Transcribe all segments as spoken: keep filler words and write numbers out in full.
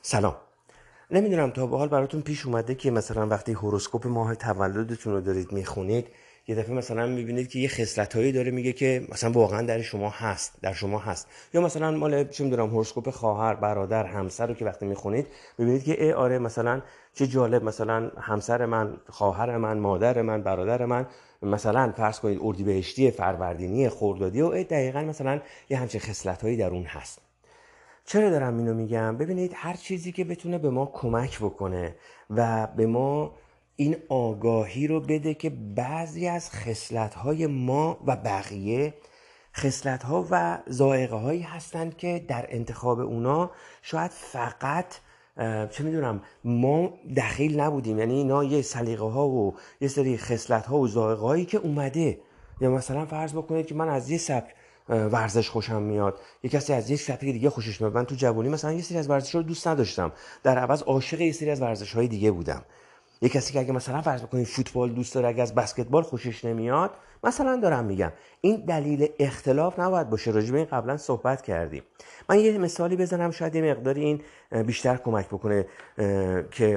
سلام. نمیدونم تا به حال براتون پیش اومده که مثلا وقتی هوروسکوپ ماه تولدتون رو دارید میخونید یه دفعه مثلا میبینید که یه خصلتایی داره میگه که مثلا واقعا در شما هست در شما هست یا مثلا مال چه میدونم هوروسکوپ خواهر، برادر، همسر رو که وقتی میخونید میبینید که ای آره مثلا چه جالب، مثلا همسر من، خواهر من، مادر من، برادر من مثلا فرض کنید اردیبهشتی، فروردینی، خردادی و ای دقیقاً مثلا یه همچین خصلتایی در اون هست. چرا دارم اینو میگم؟ ببینید هر چیزی که بتونه به ما کمک بکنه و به ما این آگاهی رو بده که بعضی از خصلت‌های ما و بقیه خصلت‌ها و ذائقه هایی هستند که در انتخاب اونا شاید فقط چه میدونم ما دخیل نبودیم، یعنی اینا یه سلیقه ها و یه سری خصلت ها و ذائقه هایی که اومده. یا مثلا فرض بکنید که من از یه سبک ورزش خوشم میاد، یه کسی از یک سبک دیگه خوشش میاد. من تو جوانی مثلا یه سری از ورزش‌ها رو دوست نداشتم، در عوض عاشق یه سری از ورزش‌های دیگه بودم. یه کسی که اگه مثلا فرض بکنید فوتبال دوست داره، اگه از بسکتبال خوشش نمیاد، مثلا دارم میگم این دلیل اختلاف نباید باشه. راجع به این قبلا صحبت کردیم. من یه مثالی بزنم شاید یه مقداری این بیشتر کمک بکنه که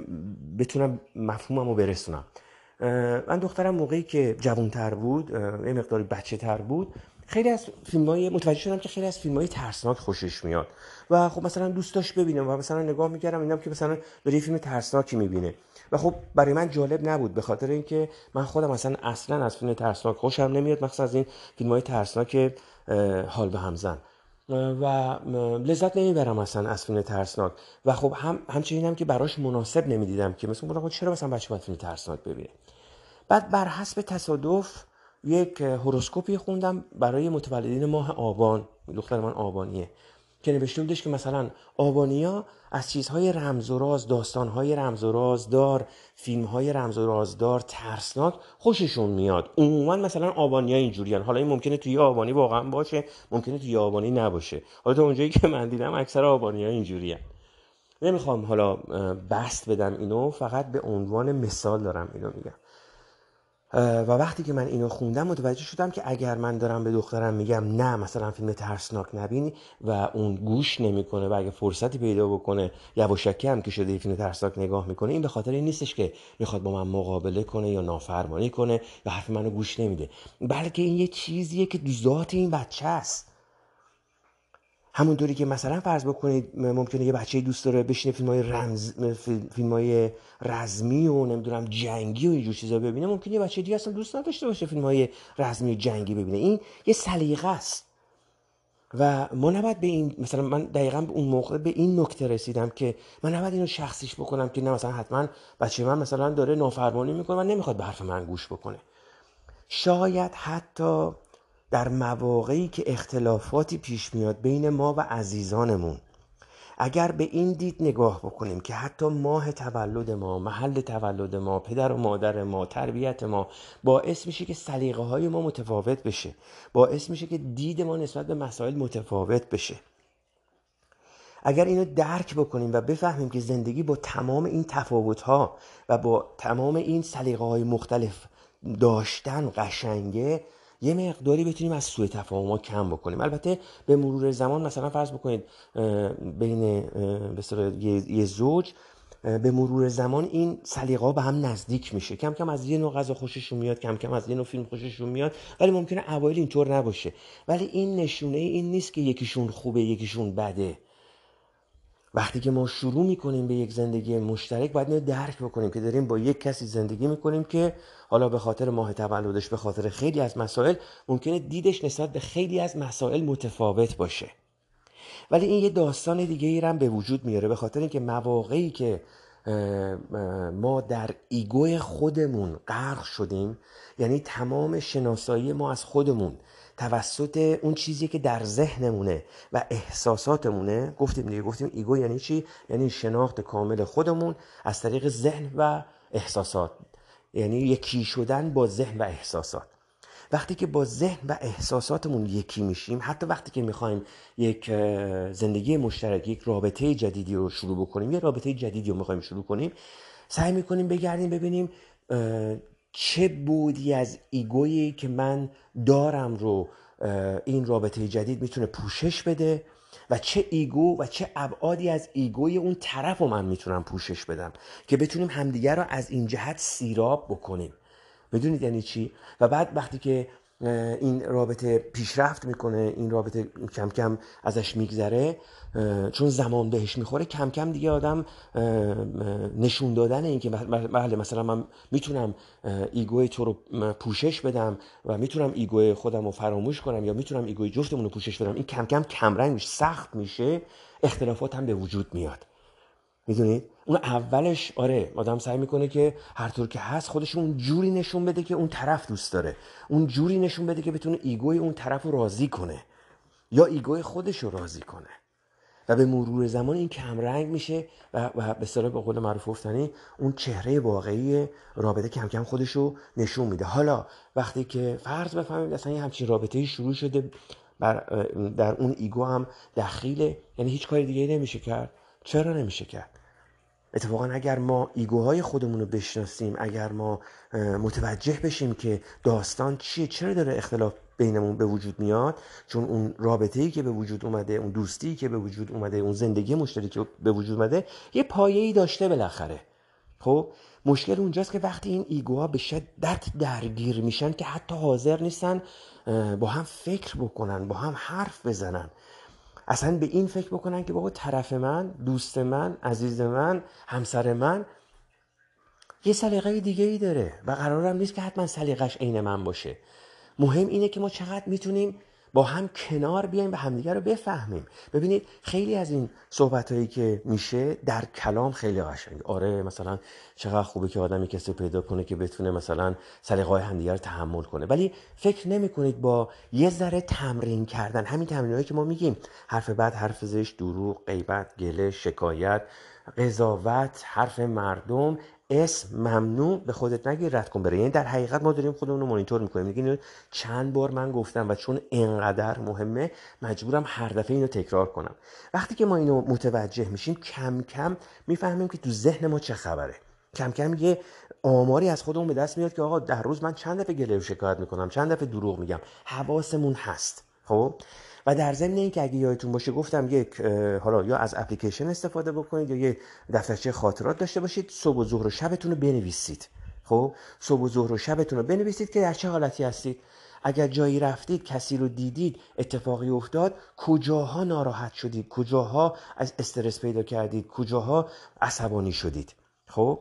بتونم مفهوممو برسونم. من دخترم موقعی که جوان‌تر بود، یه مقداری بچه‌تر بود، خیلی از فیلم‌های متوجه شدم که خیلی از فیلم‌های ترسناک خوشش میاد و خب مثلا دوست داشت ببینم و مثلا نگاه می‌کردم دیدم که مثلا داره یه فیلم ترسناکی می‌بینه و خب برای من جالب نبود، به خاطر اینکه من خودم مثلا اصلا از فیلم ترسناک خوشم نمیاد، مخصوصا از این فیلم‌های ترسناک حال به همزن، و لذت نمیبرم مثلا از فیلم ترسناک و خب هم همچنین هم که براش مناسب نمیدیدم که مثلا بودم چرا مثلا بچه باید فیلم ترسناک ببینه. بعد بر حسب تصادف یک هوروسکوپی خوندم برای متولدین ماه آبان، دختر من آبانیه، که نوشته بودش که مثلا آبانیا از چیزهای رمز و راز، داستانهای رمز و رازدار، فیلمهای رمز و رازدار ترسناک خوششون میاد. عموما مثلا آبانیا اینجوریان. حالا این ممکنه توی آبانی واقعا باشه، ممکنه توی آبانی نباشه. حالا تا اونجایی که من دیدم اکثر آبانیا اینجوریان. نمیخوام حالا بست بدم اینو، فقط به عنوان مثال دارم اینو میگم. و وقتی که من اینو خوندم متوجه شدم که اگر من دارم به دخترم میگم نه مثلا فیلم ترسناک نبینی و اون گوش نمیکنه و اگه فرصتی پیدا بکنه یواشکی هم که شده یه فیلم ترسناک نگاه میکنه، این به خاطر این نیستش که میخواد با من مقابله کنه یا نافرمانی کنه یا حرف منو گوش نمیده، بلکه این یه چیزیه که ذات این بچه است. همونطوری که مثلا فرض بکنید ممکنه یه بچه دوست داره بشینه فیلم‌های رمز فیلم‌های رزمی و نمیدونم جنگی و اینجور چیزا ببینه، ممکنه یه بچه دیگه اصلا دوست نداشته باشه فیلم‌های رزمی و جنگی ببینه. این یه سلیقه است و ما نباید به این، مثلا من دقیقاً به اون موقع به این نکته رسیدم که من نباید اینو شخصیش بکنم که نه مثلا حتما بچه من مثلا داره نافرمانی میکنه و نمیخواد به حرف من گوش بکنه. شاید حتی در مواقعی که اختلافاتی پیش میاد بین ما و عزیزانمون، اگر به این دید نگاه بکنیم که حتی ماه تولد ما، محل تولد ما، پدر و مادر ما، تربیت ما باعث میشه که سلیقه های ما متفاوت بشه، باعث میشه که دید ما نسبت به مسائل متفاوت بشه، اگر اینو درک بکنیم و بفهمیم که زندگی با تمام این تفاوت‌ها و با تمام این سلیقه‌های مختلف داشتن قشنگه، یه مقداری بتونیم از سوء تفاهم‌ها کم بکنیم. البته به مرور زمان مثلا فرض بکنید بین به اصطلاح یه زوج به مرور زمان این سلیقه‌ها به هم نزدیک میشه، کم کم از یه نوع غذا خوششون میاد، کم کم از یه نوع فیلم خوششون میاد، ولی ممکنه اوایل اینطور نباشه. ولی این نشونه این نیست که یکیشون خوبه یکیشون بده. وقتی که ما شروع میکنیم به یک زندگی مشترک باید اینو درک بکنیم که داریم با یک کسی زندگی میکنیم که حالا به خاطر ماه تولدش، به خاطر خیلی از مسائل ممکنه دیدش نسبت به خیلی از مسائل متفاوت باشه، ولی این یه داستان دیگه ای هم به وجود میاره، به خاطر اینکه مواقعی که ما در ایگوی خودمون غرق شدیم، یعنی تمام شناسایی ما از خودمون توسط اون چیزی که در ذهنمونه و احساساتمونه، گفتیم دیگه، گفتیم ایگو یعنی چی؟ یعنی شناخت کامل خودمون از طریق ذهن و احساسات، یعنی یکی شدن با ذهن و احساسات. وقتی که با ذهن و احساساتمون یکی میشیم، حتی وقتی که میخوایم یک زندگی مشترک، یک رابطه جدیدی رو شروع بکنیم، یک رابطه جدیدی رو میخوایم شروع کنیم، سعی میکنیم بگردیم ببینیم چه بودی از ایگویی که من دارم رو این رابطه جدید میتونه پوشش بده و چه ایگو و چه ابعادی از ایگوی اون طرف رو من میتونم پوشش بدم که بتونیم همدیگر رو از این جهت سیراب بکنیم. میدونید یعنی چی؟ و بعد وقتی که این رابطه پیشرفت میکنه، این رابطه کم کم ازش میگذره، چون زمان بهش میخوره، کم کم دیگه آدم نشون دادن این که بله مثلا من میتونم ایگوی تو رو پوشش بدم و میتونم ایگوی خودم رو فراموش کنم یا میتونم ایگوی جفتمون رو پوشش بدم، این کم کم کمرنگ میشه، سخت میشه، اختلافات هم به وجود میاد. میدونید اون اولش آره آدم سعی میکنه که هر طور که هست خودش اون جوری نشون بده که اون طرف دوست داره، اون جوری نشون بده که بتونه ایگوی اون طرف رو راضی کنه یا ایگوی خودش رو راضی کنه و به مرور زمان این کم رنگ میشه و, و به اصطلاح به قول معروف گفتنی اون چهره واقعی رابطه کم کم خودش رو نشون میده. حالا وقتی که فرض بفهمید اصلا یه همچین رابطه‌ای شروع شده، بر در اون ایگو هم دخیله، یعنی هیچ کاری دیگه نمیشه کرد. چرا نمیشه کرد؟ اتفاقا اگر ما ایگوهای خودمون رو بشناسیم، اگر ما متوجه بشیم که داستان چیه، چرا داره اختلاف بینمون به وجود میاد، چون اون رابطه‌ای که به وجود اومده، اون دوستی که به وجود اومده، اون زندگی مشترکی که به وجود اومده یه پایه‌ای داشته بالاخره. خب مشکل اونجاست که وقتی این ایگوها به شدت درگیر میشن که حتی حاضر نیستن با هم فکر بکنن، با هم حرف بزنن، اصلا به این فکر بکنن که بابا طرف من، دوست من، عزیز من، همسر من یه سلیقه دیگه ای داره و قرارم نیست که حتما سلیقش عین من باشه. مهم اینه که ما چقدر میتونیم با هم کنار بیایم و همدیگه رو بفهمیم. ببینید خیلی از این صحبتایی که میشه در کلام خیلی قشنگه، آره مثلا چقدر خوبه که آدمی کسی پیدا کنه که بتونه مثلا سلیقه‌های همدیگه رو تحمل کنه، ولی فکر نمی‌کنید با یه ذره تمرین کردن، همین تمرینایی که ما میگیم، حرف بد، حرف زشت، دروغ، غیبت، گله، شکایت، قضاوت، حرف مردم، اسم ممنوع، به خودت نگیر رد کن بره. یعنی در حقیقت ما داریم خودمون رو مانیتور میکنیم، میگیم چند بار من گفتم و چون اینقدر مهمه مجبورم هر دفعه اینو تکرار کنم. وقتی که ما اینو متوجه میشیم کم کم میفهمیم که تو ذهن ما چه خبره. کم کم یه آماری از خودمون به دست میاد که آقا در روز من چند دفعه گله و شکایت میکنم، چند دفعه دروغ میگم. حواسمون هست. خب و در ضمن این که اگه یادتون باشه گفتم یک حالا یا از اپلیکیشن استفاده بکنید یا یه دفترچه خاطرات داشته باشید، صبح و ظهر و شبتون رو بنویسید. خب صبح و ظهر و شبتون رو بنویسید که در چه حالتی هستید. اگر جایی رفتید، کسی رو دیدید، اتفاقی افتاد، کجاها ناراحت شدید، کجاها از استرس پیدا کردید، کجاها عصبانی شدید. خب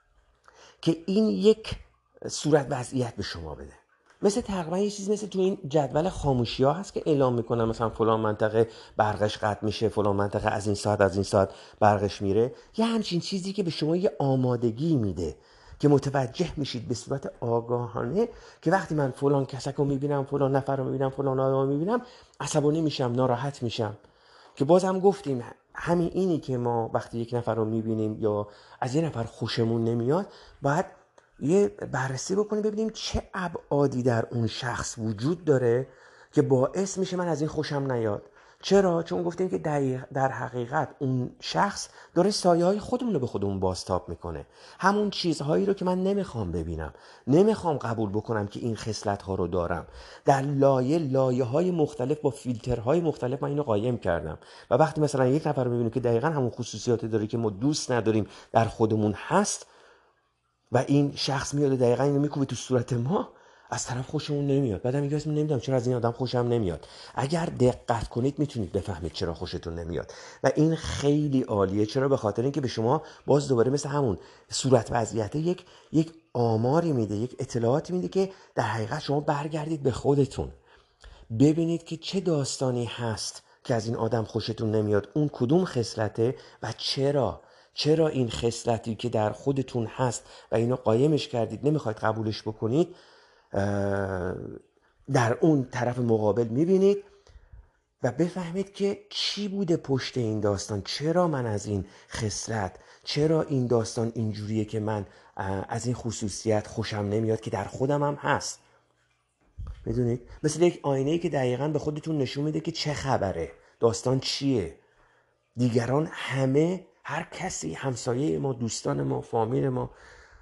که این یک صورت وضعیت به شما بده. مثل تقریبا یه چیز مثل تو این جدول خاموشی ها هست که اعلام میکنن مثلا فلان منطقه برقش قطع میشه، فلان منطقه از این ساعت از این ساعت برقش میره. یه همچین چیزی که به شما یه آمادگی میده که متوجه میشید به صورت آگاهانه که وقتی من فلان کسک رو میبینم، فلان نفر رو میبینم، فلان آدم رو میبینم، عصبانی میشم، ناراحت میشم. که باز هم گفتیم همین اینی که ما وقتی یک نفر رو میبینیم یا از یه نفر خوشمون نمیاد، باید یه بررسی بکنیم ببینیم چه ابعادی در اون شخص وجود داره که باعث میشه من از این خوشم نیاد. چرا؟ چون گفتیم که در حقیقت اون شخص داره سایه های خودمون رو به خودمون بازتاب میکنه، همون چیزهایی رو که من نمیخوام ببینم، نمیخوام قبول بکنم که این خصلت ها رو دارم. در لایه لایه های مختلف با فیلترهای مختلف من اینو قایم کردم و وقتی مثلا یک نفر رو میبینیم که دقیقاً همون خصوصیاتی داره که ما دوست نداریم در خودمون هست و این شخص میاد دقیقاً اینو میکوبه تو صورت ما، از طرف خوشمون نمیاد. بعدم میگه اسم نمیدونم چرا از این آدم خوشم نمیاد. اگر دقت کنید میتونید بفهمید چرا خوشتون نمیاد و این خیلی عالیه. چرا؟ به خاطر اینکه به شما باز دوباره مثل همون صورت وضعیت یک یک آماری میده، یک اطلاعاتی میده که در حقیقت شما برگردید به خودتون، ببینید که چه داستانی هست که از این آدم خوشتون نمیاد، اون کدوم خصلته و چرا چرا این خصلتی که در خودتون هست و اینو قایمش کردید نمیخواید قبولش بکنید در اون طرف مقابل میبینید و بفهمید که چی بوده پشت این داستان، چرا من از این خصلت، چرا این داستان اینجوریه که من از این خصوصیت خوشم نمیاد که در خودم هم هست. میدونید مثل یک آینه‌ای که دقیقاً به خودتون نشون میده که چه خبره، داستان چیه. دیگران همه، هر کسی، همسایه ما، دوستان ما، فامیل ما،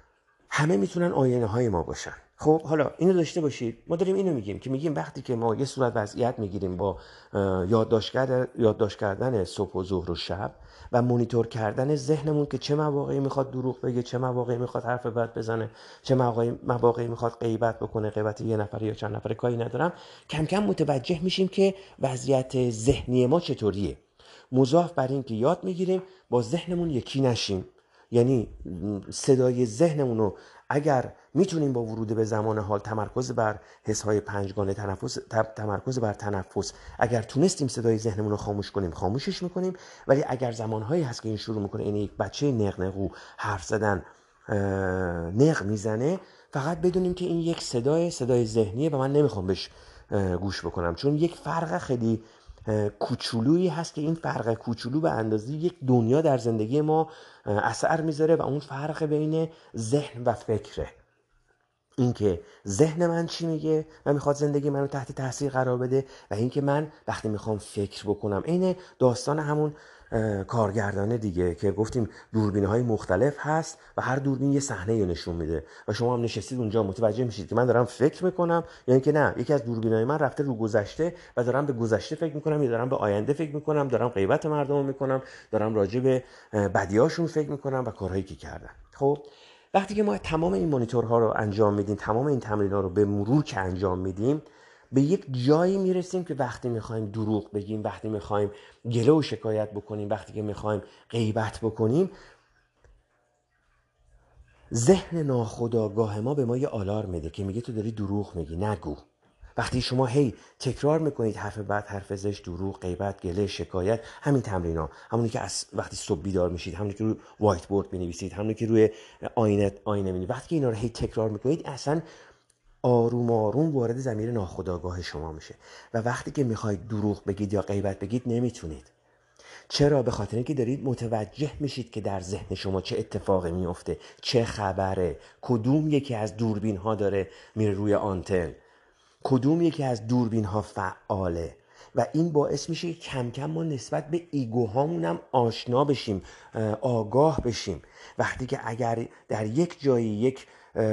همه میتونن آینه های ما باشن. خب حالا اینو داشته باشید، ما داریم اینو میگیم که میگیم وقتی که ما یه صورت وضعیت میگیریم با یادداشت کردن یادداشت کردن صبح و ظهر و شب و مانیتور کردن ذهنمون که چه مواقعی میخواد دروغ بگه، چه مواقعی میخواد حرف بد بزنه، چه مواقعی مواقعی میخواد غیبت بکنه، غیبت یه نفر یا چند نفر کاری ندارم، کم کم متوجه میشیم که وضعیت ذهنی ما چطوریه. مضاف بر این که یاد میگیریم با ذهنمون یکی نشیم، یعنی صدای ذهنمون رو اگر میتونیم با ورود به زمان حال تمرکز بر حسهای پنجگانه تنفس تمرکز بر تنفس اگر تونستیم صدای ذهنمون رو خاموش کنیم خاموشش میکنیم. ولی اگر زمانهایی هست که این شروع میکنه این یک بچه نقنقو حرف زدن نق میزنه، فقط بدونیم که این یک صدای صدای ذهنیه و من نمیخوام بهش گوش بکنم، چون یک فرق خیلی کوچولویی هست که این فرق کوچولو به اندازه یک دنیا در زندگی ما اثر میذاره و اون فرق بین ذهن و فکره. اینکه ذهن من چی میگه و میخواد زندگی منو تحت تاثیر قرار بده و اینکه من وقتی میخوام فکر بکنم. اینه داستان همون کارگردانه دیگه که گفتیم دوربین‌های مختلف هست و هر دوربین یه صحنه‌ای نشون میده و شما هم نشستید اونجا متوجه میشید که من دارم فکر میکنم یا اینکه نه یکی از دوربین‌های من رفته رو گذشته و دارم به گذشته فکر میکنم یا دارم به آینده فکر میکنم، دارم غیبت مردم میکنم، دارم راجع به بدیاشون فکر میکنم و کارهایی که کردن. خب وقتی که ما تمام این مانیتورها رو انجام میدیم، تمام این تمرین‌ها رو به مرور که انجام میدیم، به یک جایی میرسیم که وقتی میخوایم دروغ بگیم، وقتی میخوایم گله و شکایت بکنیم، وقتی که میخوایم غیبت بکنیم، ذهن ناخودآگاه ما به ما یه آلارم میده که میگه تو داری دروغ میگی، نگو. وقتی شما هی تکرار میکنید حرف بد، حرف زشت، دروغ، غیبت، گله، شکایت، همین تمرینا، همونی که از وقتی صبح بیدار میشید، همونی که روی وایت بورد مینویسید، همونی که روی آینه آینه مینویسید، وقتی که اینا رو هی تکرار میکنید اصلا آروم آروم وارد ضمیر ناخودآگاه شما میشه و وقتی که میخواید دروغ بگید یا غیبت بگید نمیتونید. چرا؟ به خاطر اینکه دارید متوجه میشید که در ذهن شما چه اتفاقی میفته، چه خبره، کدوم یکی از دوربین ها داره میره روی آنتن، کدوم یکی از دوربین ها فعاله و این باعث میشه که کم کم ما نسبت به ایگوهامون هم آشنا بشیم، آگاه بشیم. وقتی که اگر در یک جایی یک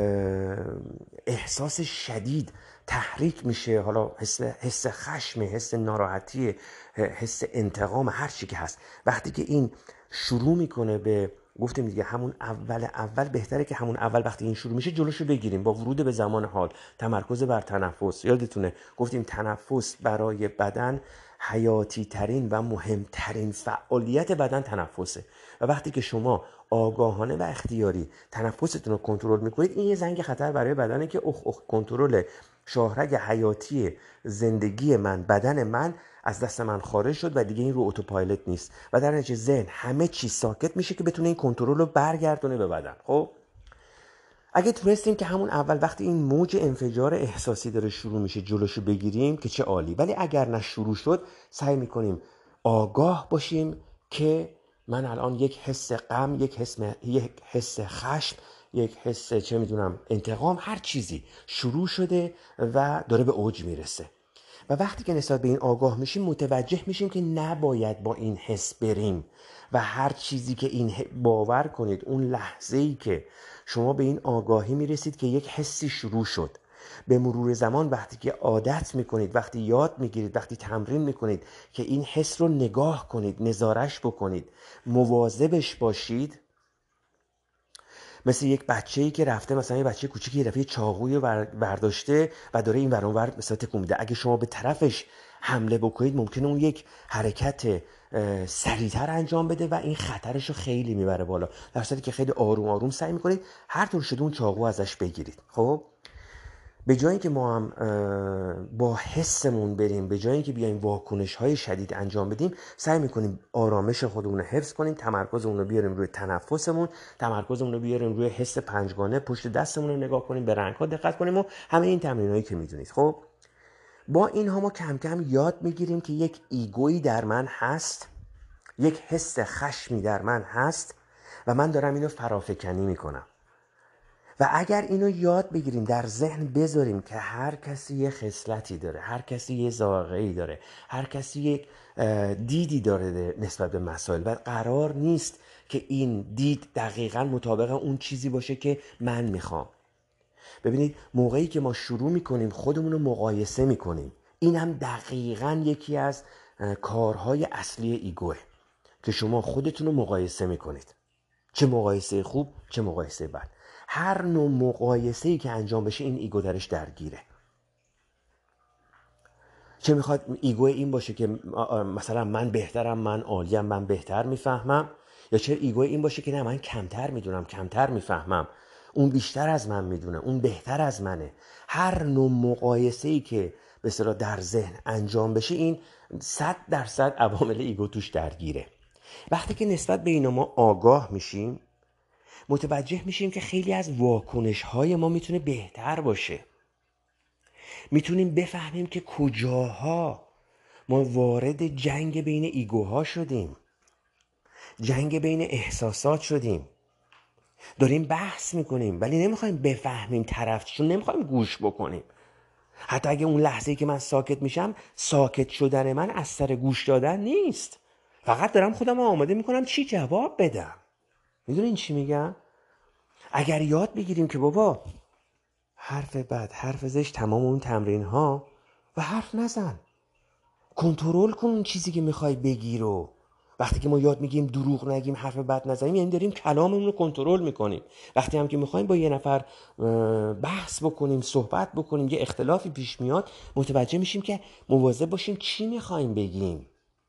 احساس شدید تحریک میشه، حالا حس حس خشم، حس ناراحتی، حس انتقام، هر چی که هست، وقتی که این شروع میکنه به گفتیم دیگه همون اول اول بهتره که همون اول وقتی این شروع میشه جلوشو بگیریم با ورود به زمان حال، تمرکز بر تنفس. یادتونه گفتیم تنفس برای بدن حیاتی ترین و مهمترین فعالیت بدن تنفسه و وقتی که شما آگاهانه و اختیاری تنفستون رو کنترل میکنید این یه زنگ خطر برای بدنه که اخ اخ کنترل شاهرگ حیاتی زندگی من، بدن من از دست من خارج شد و دیگه این رو اتوپایلوت نیست و در نتیجه ذهن همه چیز ساکت میشه که بتونه این کنترل رو برگردونه به بدن. خب اگه تونستیم که همون اول وقتی این موج انفجار احساسی داره شروع میشه جلوشو بگیریم که چه عالی، ولی اگر نه شروع شد سعی میکنیم آگاه باشیم که من الان یک حس غم، یک حس یک حس خشم، یک حس چه میدونم انتقام، هر چیزی شروع شده و داره به اوج میرسه و وقتی که نسبت به این آگاه میشیم متوجه میشیم که نباید با این حس بریم و هر چیزی که این باور کنید اون لحظه‌ای که شما به این آگاهی میرسید که یک حسی شروع شد، به مرور زمان وقتی که عادت میکنید، وقتی یاد میگیرید، وقتی تمرین میکنید که این حس رو نگاه کنید، نظارش بکنید، مواظبش باشید، مثل یک بچه‌ای که رفته مثلا یه بچه کوچیکی رفته چاقوی برداشته و داره این ور اون ور مثلا تکون میده، اگه شما به طرفش حمله بکنید ممکنه اون یک حرکت سریعتر انجام بده و این خطرش رو خیلی میبره بالا، در صورتی که خیلی آروم آروم سعی میکنید هر طور شده اون چاقو ازش بگیرید. خب به جایی که ما هم با حسمون بریم، به جایی که بیایم واکنش های شدید انجام بدیم، سعی میکنیم آرامش خودمون رو حفظ کنیم، تمرکزمون رو بیاریم روی تنفسمون، تمرکزمون رو بیاریم روی حس پنجگانه، پشت دستمون رو نگاه کنیم، به رنگ ها دقت کنیم و همه این تمرینایی که میدونید. خب با اینها ما کم کم یاد میگیریم که یک ایگویی در من هست، یک حس خشمی در من هست و من دارم اینو فرافکنی میکنم و اگر اینو یاد بگیریم، در ذهن بذاریم که هر کسی یه خصلتی داره، هر کسی یه ذائقه‌ای داره، هر کسی یک دیدی داره نسبت به مسائل و قرار نیست که این دید دقیقاً مطابق اون چیزی باشه که من میخوام. ببینید موقعی که ما شروع میکنیم خودمون رو مقایسه میکنیم، این هم دقیقاً یکی از کارهای اصلی ایگوه که شما خودتون رو مقایسه میکنید، چه مقایسه خوب چه مقایسه بد. هر نوع مقایسه‌ای که انجام بشه این ایگو درش درگیره. چه میخواد ایگو این باشه که مثلا من بهترم، من عالیم، من بهتر میفهمم، یا چه ایگو این باشه که نه من کمتر میدونم، کمتر میفهمم، اون بیشتر از من میدونه، اون بهتر از منه. هر نوع مقایسه‌ای که به اصطلاح در ذهن انجام بشه این صد درصد عوامل ایگو توش درگیره. وقتی که نسبت به اینا ما آگاه میشیم متوجه میشیم که خیلی از واکنش‌های ما میتونه بهتر باشه. میتونیم بفهمیم که کجاها ما وارد جنگ بین ایگوها شدیم، جنگ بین احساسات شدیم. داریم بحث میکنیم ولی نمیخوایم بفهمیم طرف، چون نمیخوایم گوش بکنیم. حتی اگه اون لحظه‌ای که من ساکت میشم، ساکت شدن من از سر گوش دادن نیست، فقط دارم خودم آماده میکنم چی جواب بدم. میدونین چی میگم؟ اگر یاد بگیریم که بابا حرف بد، حرف زشت، تمام اون تمرین ها و حرف نزن، کنترل کن اون چیزی که میخوای بگی رو. وقتی که ما یاد میگیم دروغ نگیم، حرف بد نزنیم، یعنی داریم کلاممون رو کنترل میکنیم. وقتی هم که میخوایم با یه نفر بحث بکنیم، صحبت بکنیم، یه اختلافی پیش میاد، متوجه میشیم که مواظب باشیم چی میخوایم بگیم.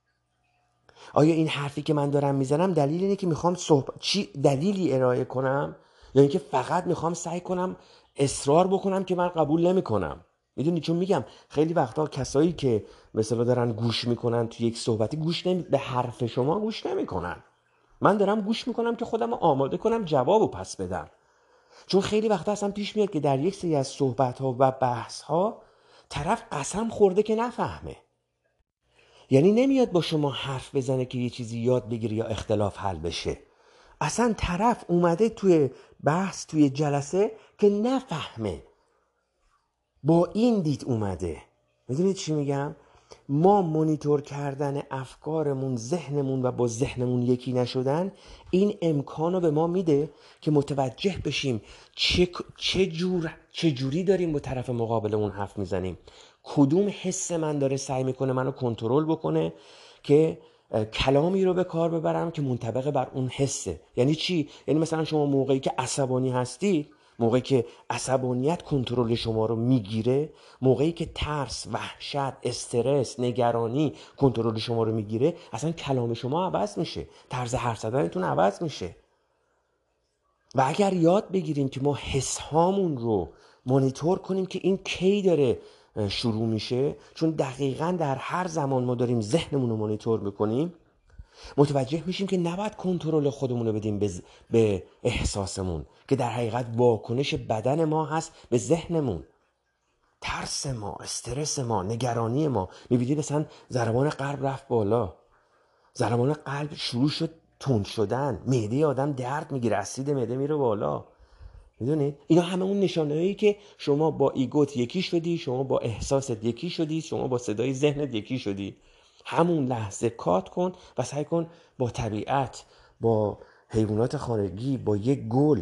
آیا این حرفی که من دارم میزنم دلیل اینه که میخوام صحبت چی دلیلی ارائه کنم، یا اینکه فقط میخوام سعی کنم اصرار بکنم که من قبول نمیکنم؟ میدونی چون میگم خیلی وقتا کسایی که مثلا دارن گوش میکنن تو یک صحبتی گوش نمی... به حرف شما گوش نمیکنن. من دارم گوش میکنم که خودم آماده کنم جوابو پس بدم. چون خیلی وقتا اصلا پیش میاد که در یک سری از صحبت ها و بحث ها طرف قسم خورده که نفهمه. یعنی نمیاد با شما حرف بزنه که یه چیزی یاد بگیره یا اختلاف حل بشه. اصلا طرف اومده توی بحث، توی جلسه که نفهمه، با این دید اومده. میدونید چی میگم؟ ما مانیتور کردن افکارمون، ذهنمون و با ذهنمون یکی نشدن این امکانو به ما میده که متوجه بشیم چه, چه, جور، چه جوری داریم با طرف مقابلمون حرف میزنیم، کدوم حس من داره سعی میکنه منو کنترل بکنه که کلامی رو به کار ببرم که منطبق بر اون حسه. یعنی چی؟ یعنی مثلا شما موقعی که عصبانی هستید، موقعی که عصبانیت کنترل شما رو میگیره، موقعی که ترس، وحشت، استرس، نگرانی کنترل شما رو میگیره، اصلا کلام شما عوض میشه، طرز حرف زدنتون عوض میشه. و اگر یاد بگیریم که ما حس هامون رو مانیتور کنیم که این کی داره شروع میشه، چون دقیقاً در هر زمان ما داریم ذهنمون رو مانیتور میکنیم، متوجه میشیم که نباید کنترل خودمون رو بدیم به, ز... به احساسمون که در حقیقت واکنش بدن ما هست به ذهنمون. ترس ما، استرس ما، نگرانی ما. میبینید مثلا ضربان قلب رفت بالا، ضربان قلب شروع شد تند شدن، معده آدم درد میگیره، اسید معده میره بالا. میدونید اینا همه اون نشانه‌هایی که شما با ایگوت یکی شدی، شما با احساست یکی شدی، شما با صدای ذهنت یکی شدی. همون لحظه کات کن و سعی کن با طبیعت، با حیوانات خانگی، با یک گل،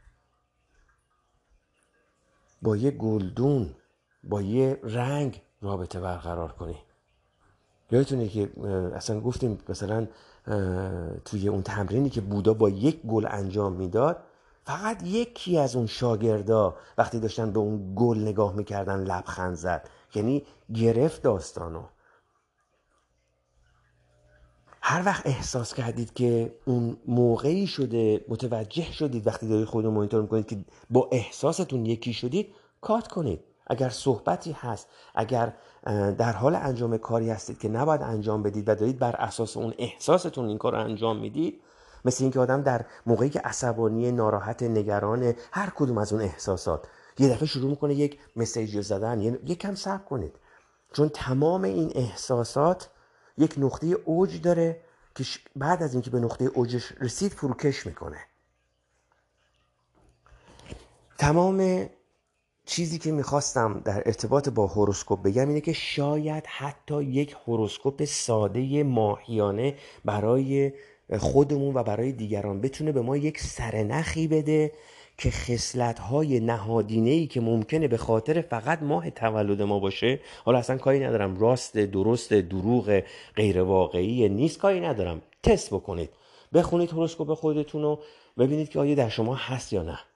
با یک گلدون، با یک رنگ رابطه برقرار کنی. یادتونه که اصلا گفتیم مثلا توی اون تمرینی که بودا با یک گل انجام میداد، فقط یکی از اون شاگردا وقتی داشتن به اون گل نگاه میکردن لبخند زد، یعنی گرفت داستانو. هر وقت احساس کردید که اون موقعی شده، متوجه شدید وقتی دارید خودتون مانیتور میکنید که با احساستون یکی شدید، کات کنید. اگر صحبتی هست، اگر در حال انجام کاری هستید که نباید انجام بدید و دارید بر اساس اون احساستون این کار رو انجام میدید، مثل اینکه آدم در موقعی که عصبانی، ناراحت، نگران، هر کدوم از اون احساسات یه دفعه شروع میکنه یک مسیج زدن، یک کم صبر کنید، چون تمام این احساسات یک نقطه اوج داره که بعد از اینکه به نقطه اوجش رسید فروکش میکنه. تمام چیزی که میخواستم در ارتباط با هوروسکوپ بگم اینه که شاید حتی یک هوروسکوپ ساده ماهیانه برای خودمون و برای دیگران بتونه به ما یک سرنخی بده که خصلت‌های نهادینه‌ای که ممکنه به خاطر فقط ماه تولد ما باشه، حالا اصلا کاری ندارم راست درست دروغ غیر واقعی نیست، کاری ندارم، تست بکنید، بخونید هوروسکوپ خودتون رو ببینید که آیا در شما هست یا نه.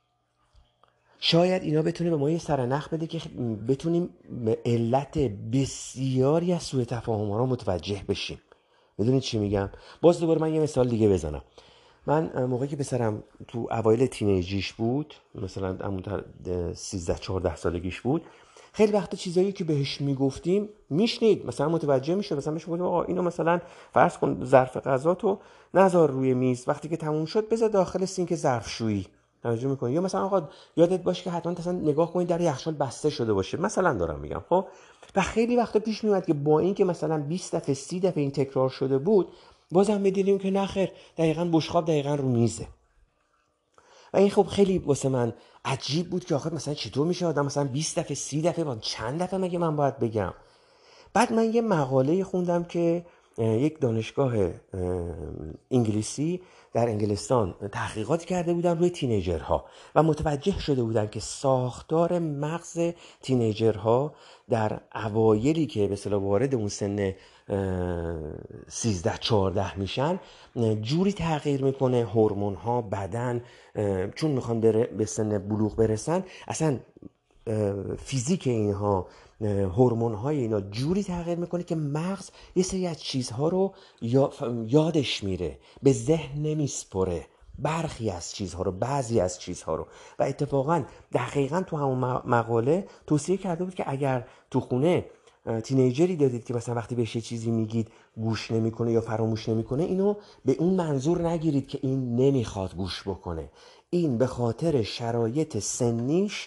شاید اینا بتونه به ما یه سرنخ بده که بتونیم علت بسیاری از سوء تفاهم‌ها رو متوجه بشیم. میدونید چی میگم؟ باز دوباره من یه مثال دیگه بزنم. من موقعی که پسرم تو اوایل تینیجیش بود، مثلا همون سیزده چهارده سالگیش بود، خیلی وقتا چیزایی که بهش میگفتیم میشنید، مثلا متوجه میشه، مثلا بهش میگفتیم آقا اینو مثلا فرض کن ظرف غذاتو نذار روی میز، وقتی که تموم شد بذار داخل سینک ظرفشویی، توجه میکنی؟ یا مثلا آقا یادت باشه که حتما مثلا نگاه کنید در یخچال بسته شده باشه، مثلا دارم میگم. خب و خیلی وقتا پیش میومد که با این که مثلا بیست دفعه سی دفعه این تکرار شده بود، بازم می‌دیدیم که نخیر، دقیقاً بشقاب دقیقاً رو میزه. و این خب خیلی واسه من عجیب بود که آخه مثلا چطور میشه آدم مثلا بیست دفعه سی دفعه با چند دفعه مگه من باید بگم. بعد من یه مقاله خوندم که یک دانشگاه انگلیسی در انگلستان تحقیقات کرده بودن روی تینیجرها و متوجه شده بودن که ساختار مغز تینیجرها در اوایلی که به اصطلاح وارد اون سن سیزده چهارده میشن جوری تغییر میکنه، هورمون ها، بدن، چون میخوان به سن بلوغ برسن اصلا فیزیک اینها، هورمون های اینا جوری تغییر میکنه که مغز یه سری از چیزها رو یادش میره، به ذهن نمیسپره، برخی از چیزها رو، بعضی از چیزها رو. و اتفاقا دقیقا تو همون مقاله توصیه کرده بود که اگر تو خونه تینیجری دارید که مثلا وقتی بهش یه چیزی میگید گوش نمیکنه یا فراموش نمیکنه، اینو به اون منظور نگیرید که این نمیخواد گوش بکنه، این به خاطر شرایط سنیش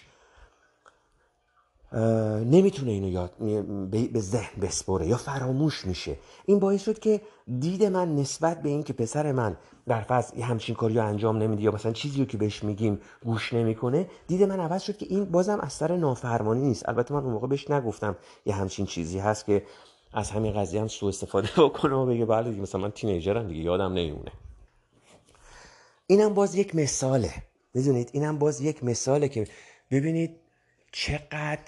نمیتونه اینو یاد به ذهن بسپره یا فراموش میشه. این باعث شد که دید من نسبت به این که پسر من در فضل همچین کاری رو انجام نمیده یا مثلا چیزی رو که بهش میگیم گوش نمیکنه، دید من عوض شد که این بازم اثر نافرمانی نیست. البته من اون موقع بهش نگفتم یه همچین چیزی هست که از همین قضیه هم سوء استفاده بکنه و بگه بله دیگه مثلا من تینیجرم دیگه یادم نمیمونه. اینم باز یک مثاله، میدونید، اینم باز یک مثاله که ببینید چقدر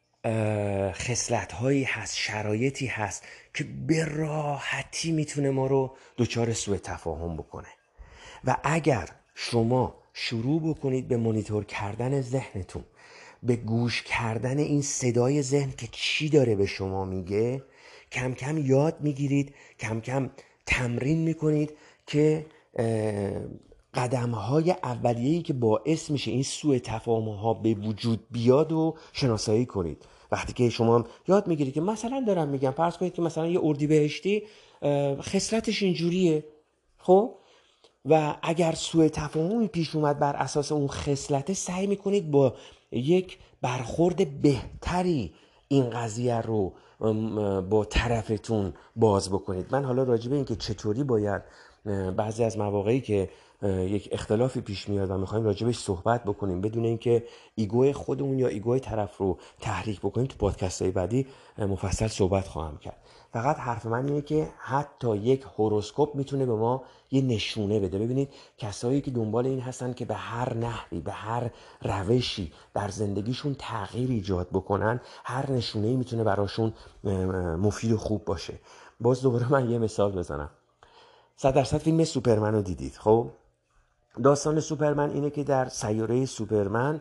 خصلت هایی هست، شرایطی هست که به راحتی میتونه ما رو دچار سوء تفاهم بکنه. و اگر شما شروع بکنید به مانیتور کردن ذهنتون، به گوش کردن این صدای ذهن که چی داره به شما میگه، کم کم یاد میگیرید، کم کم تمرین میکنید که قدم‌های اولیه‌ای که باعث میشه این سوء تفاهم‌ها به وجود بیاد و شناسایی کنید. وقتی که شما یاد میگیرید که مثلا دارم میگم فرض کنید که مثلا یه اردیبهشتی خصلتش اینجوریه، خب و اگر سوء تفاهمی پیش اومد بر اساس اون خصلت، سعی میکنید با یک برخورد بهتری این قضیه رو با طرفتون باز بکنید. من حالا راجع به این که چطوری باید بعضی از مواقعی که یک اختلافی پیش میاد و میخوایم راجبش صحبت بکنیم بدون اینکه ایگوی خودمون یا ایگوی طرف رو تحریک بکنیم، تو پادکست های بعدی مفصل صحبت خواهم کرد. فقط حرف من اینه که حتی یک هوروسکوپ میتونه به ما یه نشونه بده. ببینید کسایی که دنبال این هستن که به هر نحوی، به هر روشی در زندگیشون تغییر ایجاد بکنن، هر نشونه‌ای میتونه براشون مفید و خوب باشه. باز دوباره من یه مثال بزنم. صد درصد فیلم سوپرمن رو دیدید. خب داستان سوپرمن اینه که در سیاره سوپرمن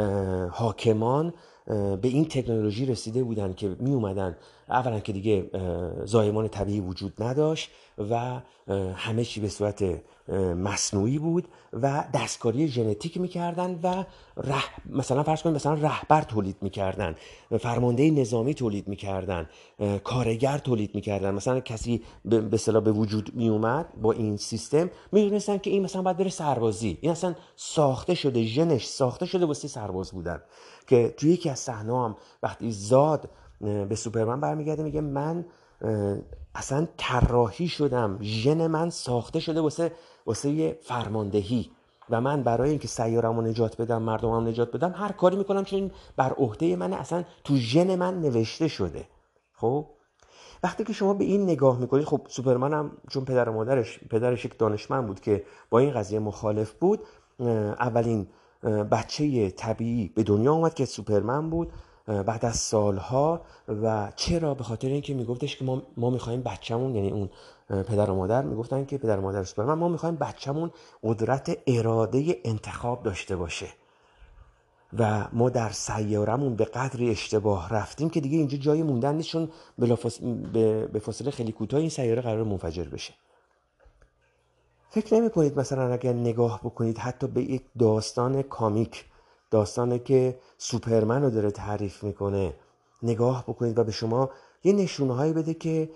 حاکمان به این تکنولوژی رسیده بودن که می اومدن، اولا که دیگه زایمان طبیعی وجود نداشت و همه چی به صورت مصنوعی بود و دستکاری ژنتیک میکردن و ره... مثلا فرض کنید مثلا رهبر تولید میکردن، فرمانده نظامی تولید میکردن، کارگر تولید میکردن. مثلا کسی به اصطلاح به وجود میومد با این سیستم، میدونستن که این مثلا باید بره سربازی، این اصلا ساخته شده، ژنش ساخته شده واسه سرباز بودن. که توی یکی از صحنه هم وقتی زاد به سوپرمن برمیگرده میگه من اصلا طراحی شدم، ژن من ساخته شده واسه واسه فرماندهی، و من برای اینکه سیاره‌مو نجات بدم، مردمم نجات بدم، هر کاری میکنم چون بر عهده من، اصلا تو ژن من نوشته شده. خب وقتی که شما به این نگاه میکنید، خب سوپرمن هم چون پدر و مادرش پدرش یک دانشمند بود که با این قضیه مخالف بود، اولین بچه طبیعی به دنیا اومد که سوپرمن بود بعد از سالها. و چرا؟ به خاطر اینکه میگفتش که ما ما میخوایم بچه‌مون، یعنی اون پدر و مادر میگفتن که پدر و مادر سوپرمن، ما میخوایم بچه‌مون قدرت اراده انتخاب داشته باشه و ما در سیارمون به قدری اشتباه رفتیم که دیگه اینجا جای موندن نیست، چون به فاصله خیلی کوتاه این سیاره قرار منفجر بشه. فکر نمی کنید مثلا اگر نگاه بکنید حتی به یک داستان کامیک، داستانی که سوپرمن رو داره تعریف میکنه، نگاه بکنید و به شما یه نشونه هایی بده که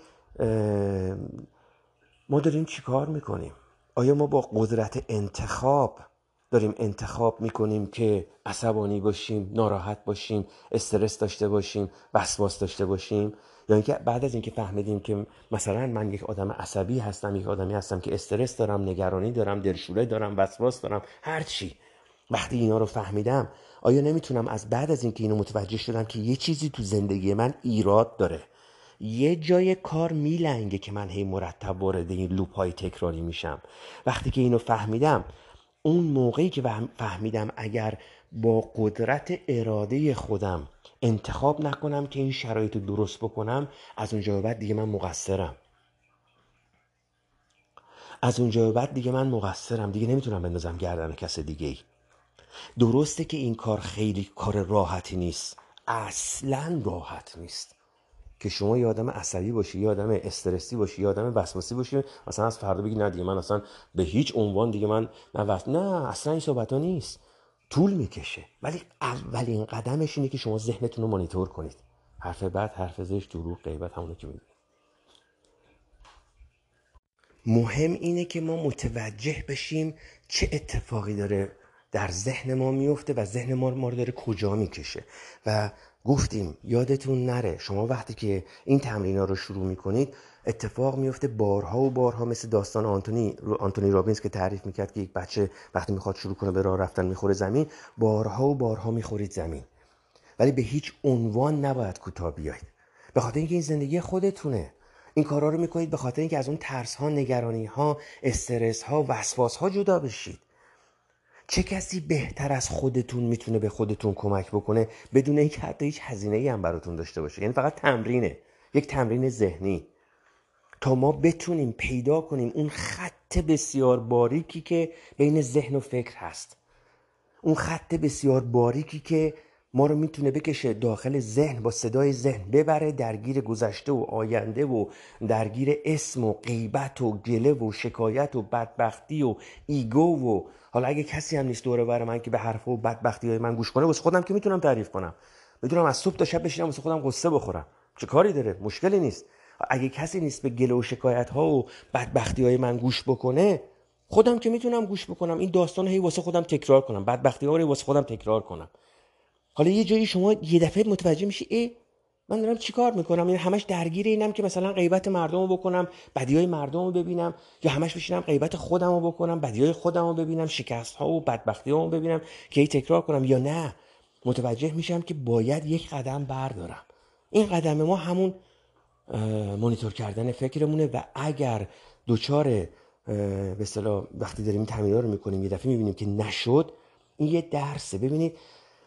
ما داریم چی کار میکنیم؟ آیا ما با قدرت انتخاب داریم انتخاب میکنیم که عصبانی باشیم، ناراحت باشیم، استرس داشته باشیم، وسواس داشته باشیم؟ یا اینکه بعد از اینکه فهمیدیم که مثلا من یک آدم عصبی هستم، یک آدمی هستم که استرس دارم، نگرانی دارم، دلشوره دارم، وسواس دارم، هر چی، وقتی اینا رو فهمیدم، آیا نمیتونم از بعد از اینکه اینو متوجه شدم که یه چیزی تو زندگی من ایراد داره، یه جای کار میلنگه که من هی مرتب وارد این لوپ های تکراری میشم، وقتی که اینو فهمیدم، اون موقعی که فهمیدم اگر با قدرت اراده خودم انتخاب نکنم که این شرایط رو درست بکنم، از اونجا به بعد دیگه من مقصرم. از اونجا به بعد دیگه من مقصرم دیگه نمیتونم بندازم گردن کس دیگه ای. درسته که این کار خیلی کار راحتی نیست، اصلا راحت نیست که شما یه آدم عصبی باشی، یه آدم استرسی باشی، یه آدم وسواسی باشی، مثلا از فردا بگی نه دیگه من اصلا به هیچ عنوان دیگه من نه وس... نه اصلا این صحبت ها نیست. طول میکشه، ولی اولین قدمش اینه که شما ذهنتون رو مانیتور کنید. حرف بد، حرف زشت، دروغ، غیبت، همونه که میدونید. مهم اینه که ما متوجه بشیم چه اتفاقی داره در ذهن ما میفته و ذهن ما ما رو داره کجا میکشه. و گفتیم یادتون نره شما وقتی که این تمرین‌ها رو شروع میکنید، اتفاق میفته بارها و بارها، مثل داستان آنتونی آنتونی رابینز که تعریف میکرد که یک بچه وقتی میخواد شروع کنه به راه رفتن میخوره زمین، بارها و بارها میخورید زمین، ولی به هیچ عنوان نباید کوتاه بیاید، به خاطر اینکه این زندگی خودتونه. این کارا رو میکنید به خاطر اینکه از اون ترس ها، نگرانی ها، استرس ها، وسواس ها جدا بشید. چه کسی بهتر از خودتون میتونه به خودتون کمک بکنه بدون اینکه حتی هیچ هزینه‌ای هم براتون داشته باشه؟ یعنی فقط تمرینه، یک تمرین ذهنی، تا ما بتونیم پیدا کنیم اون خط بسیار باریکی که بین ذهن و فکر هست، اون خط بسیار باریکی که ما رو میتونه بکشه داخل ذهن، با صدای ذهن ببره درگیر گذشته و آینده و درگیر اسم و غیبت و گله و شکایت و بدبختی و ایگو. و حالا اگه کسی هم نیست دوره بر من که به حرف و بدبختی های من گوش کنه، واسه خودم که میتونم تعریف کنم، میتونم از صبح تا شب بشینم واسه خودم قصه بخورم، چه کاری داره؟ مشکلی نیست. اگه کسی نیست به گله و شکایت ها و بدبختی های من گوش بکنه، خودم که میتونم گوش بکنم، این داستان هی واسه خودم تکرار کنم، بدبختی ها رو واسه خودم تکرار کنم. حالا یه جایی شما یه دفعه متوجه میشی ای من دارم چی کار میکنم؟ این همش درگیر اینم که مثلا غیبت مردم رو بکنم، بدیهای مردم رو ببینم، یا همش بشینم غیبت خودم رو بکنم، بدیهای خودم رو ببینم، شکست ها و بدبختی ها رو ببینم که هی تکرار کنم. یا نه، متوجه میشم که باید یک قدم بردارم. این قدم ما همون مانیتور کردن فکرمونه. و اگر دوچار به اصطلاح وقتی داریم این تمرین‌ها رو میکنیم یه دفعه میبینیم که نشد، این یه درسه. ببینید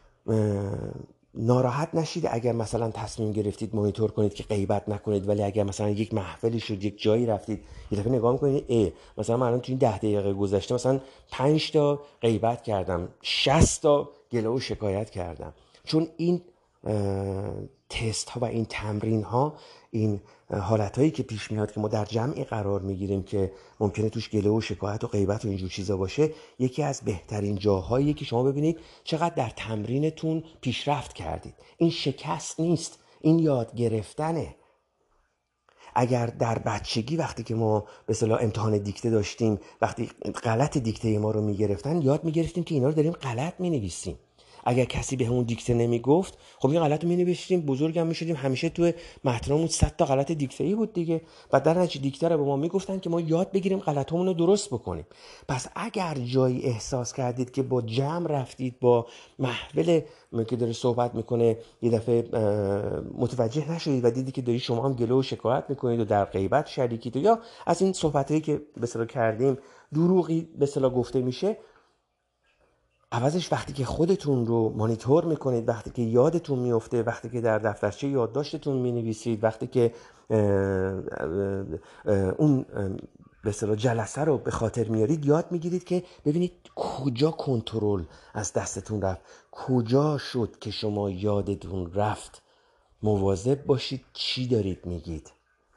ناراحت نشید اگر مثلا تصمیم گرفتید مانیتور کنید که غیبت نکنید، ولی اگر مثلا یک محفلی شد، یک جایی رفتید، یه دفعه نگاه میکنید ای مثلا من الان تو این ده دقیقه گذشته مثلا پنج تا غیبت کردم، شصت تا گله و شکایت کردم. چون این تست ها و این تمرین ها، این حالت هایی که پیش میاد که ما در جمعی قرار میگیریم که ممکنه توش گله و شکایت و غیبت و اینجور چیزا باشه، یکی از بهترین جاهاییه که شما ببینید چقدر در تمرینتون پیشرفت کردید. این شکست نیست، این یاد گرفتنه. اگر در بچگی وقتی که ما به اصطلاح امتحان دیکته داشتیم، وقتی غلط دیکته ما رو میگرفتن، یاد میگرفتیم که اینا رو داریم غلط مینویسیم. اگر کسی به همون دیکته نمیگفت، خب این غلط رو مینوشتیم، بزرگم میشدیم، همیشه تو متنمون صد تا غلط دیکته‌ای بود دیگه. و در نتیجه دیکته رو به ما میگفتن که ما یاد بگیریم غلطامون رو درست بکنیم. پس اگر جایی احساس کردید که با جمع رفتید، با محفل که داره صحبت میکنه یه دفعه متوجه نشدید و دیدی که داری شما هم گله و شکایت میکنید و در غیبت شریکید، یا از این صحبتایی که به اصطلاح کردیم دروغی به اصطلاح گفته میشه، عوضش وقتی که خودتون رو مانیتور میکنید، وقتی که یادتون میفته، وقتی که در دفترچه یادداشتتون مینویسید، وقتی که اه اه اه اون به اصطلاح جلسه رو به خاطر میارید، یاد میگیرید که ببینید کجا کنترل از دستتون رفت، کجا شد که شما یادتون رفت. مواظب باشید چی دارید میگید.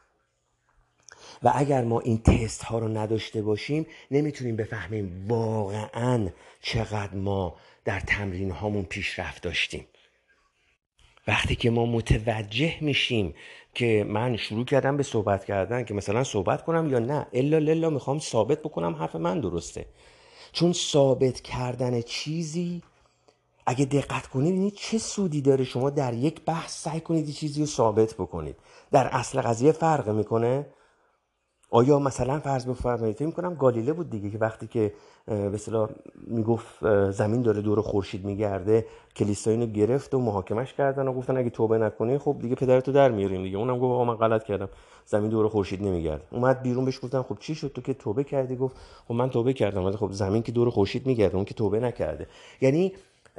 و اگر ما این تست ها رو نداشته باشیم نمیتونیم بفهمیم واقعاً چقدر ما در تمرین هامون پیشرفت داشتیم. وقتی که ما متوجه میشیم که من شروع کردم به صحبت کردن، که مثلا صحبت کنم یا نه، الا للا میخوام ثابت بکنم حرف من درسته. چون ثابت کردن چیزی، اگه دقت کنید ببینید چه سودی داره شما در یک بحث سعی کنید یه چیزی رو ثابت بکنید. در اصل قضیه فرق میکنه. آیا مثلا فرض بفرمایید، فکر می‌کنم گالیله بود دیگه، که وقتی که به اصطلاح میگفت زمین داره دور خورشید میگرده، کلیسا اینو گرفت و محاکمش کردن و گفتن اگه توبه نکنی خب دیگه پدرتو در میاریم دیگه. اونم گفت آقا من غلط کردم، زمین دور خورشید نمیگرده. اومد بیرون، بهش گفتن خب چی شد تو که توبه کردی؟ گفت خب من توبه کردم ولی خب زمین که دور خورشید میگرده، اون که توبه نکرده. یعنی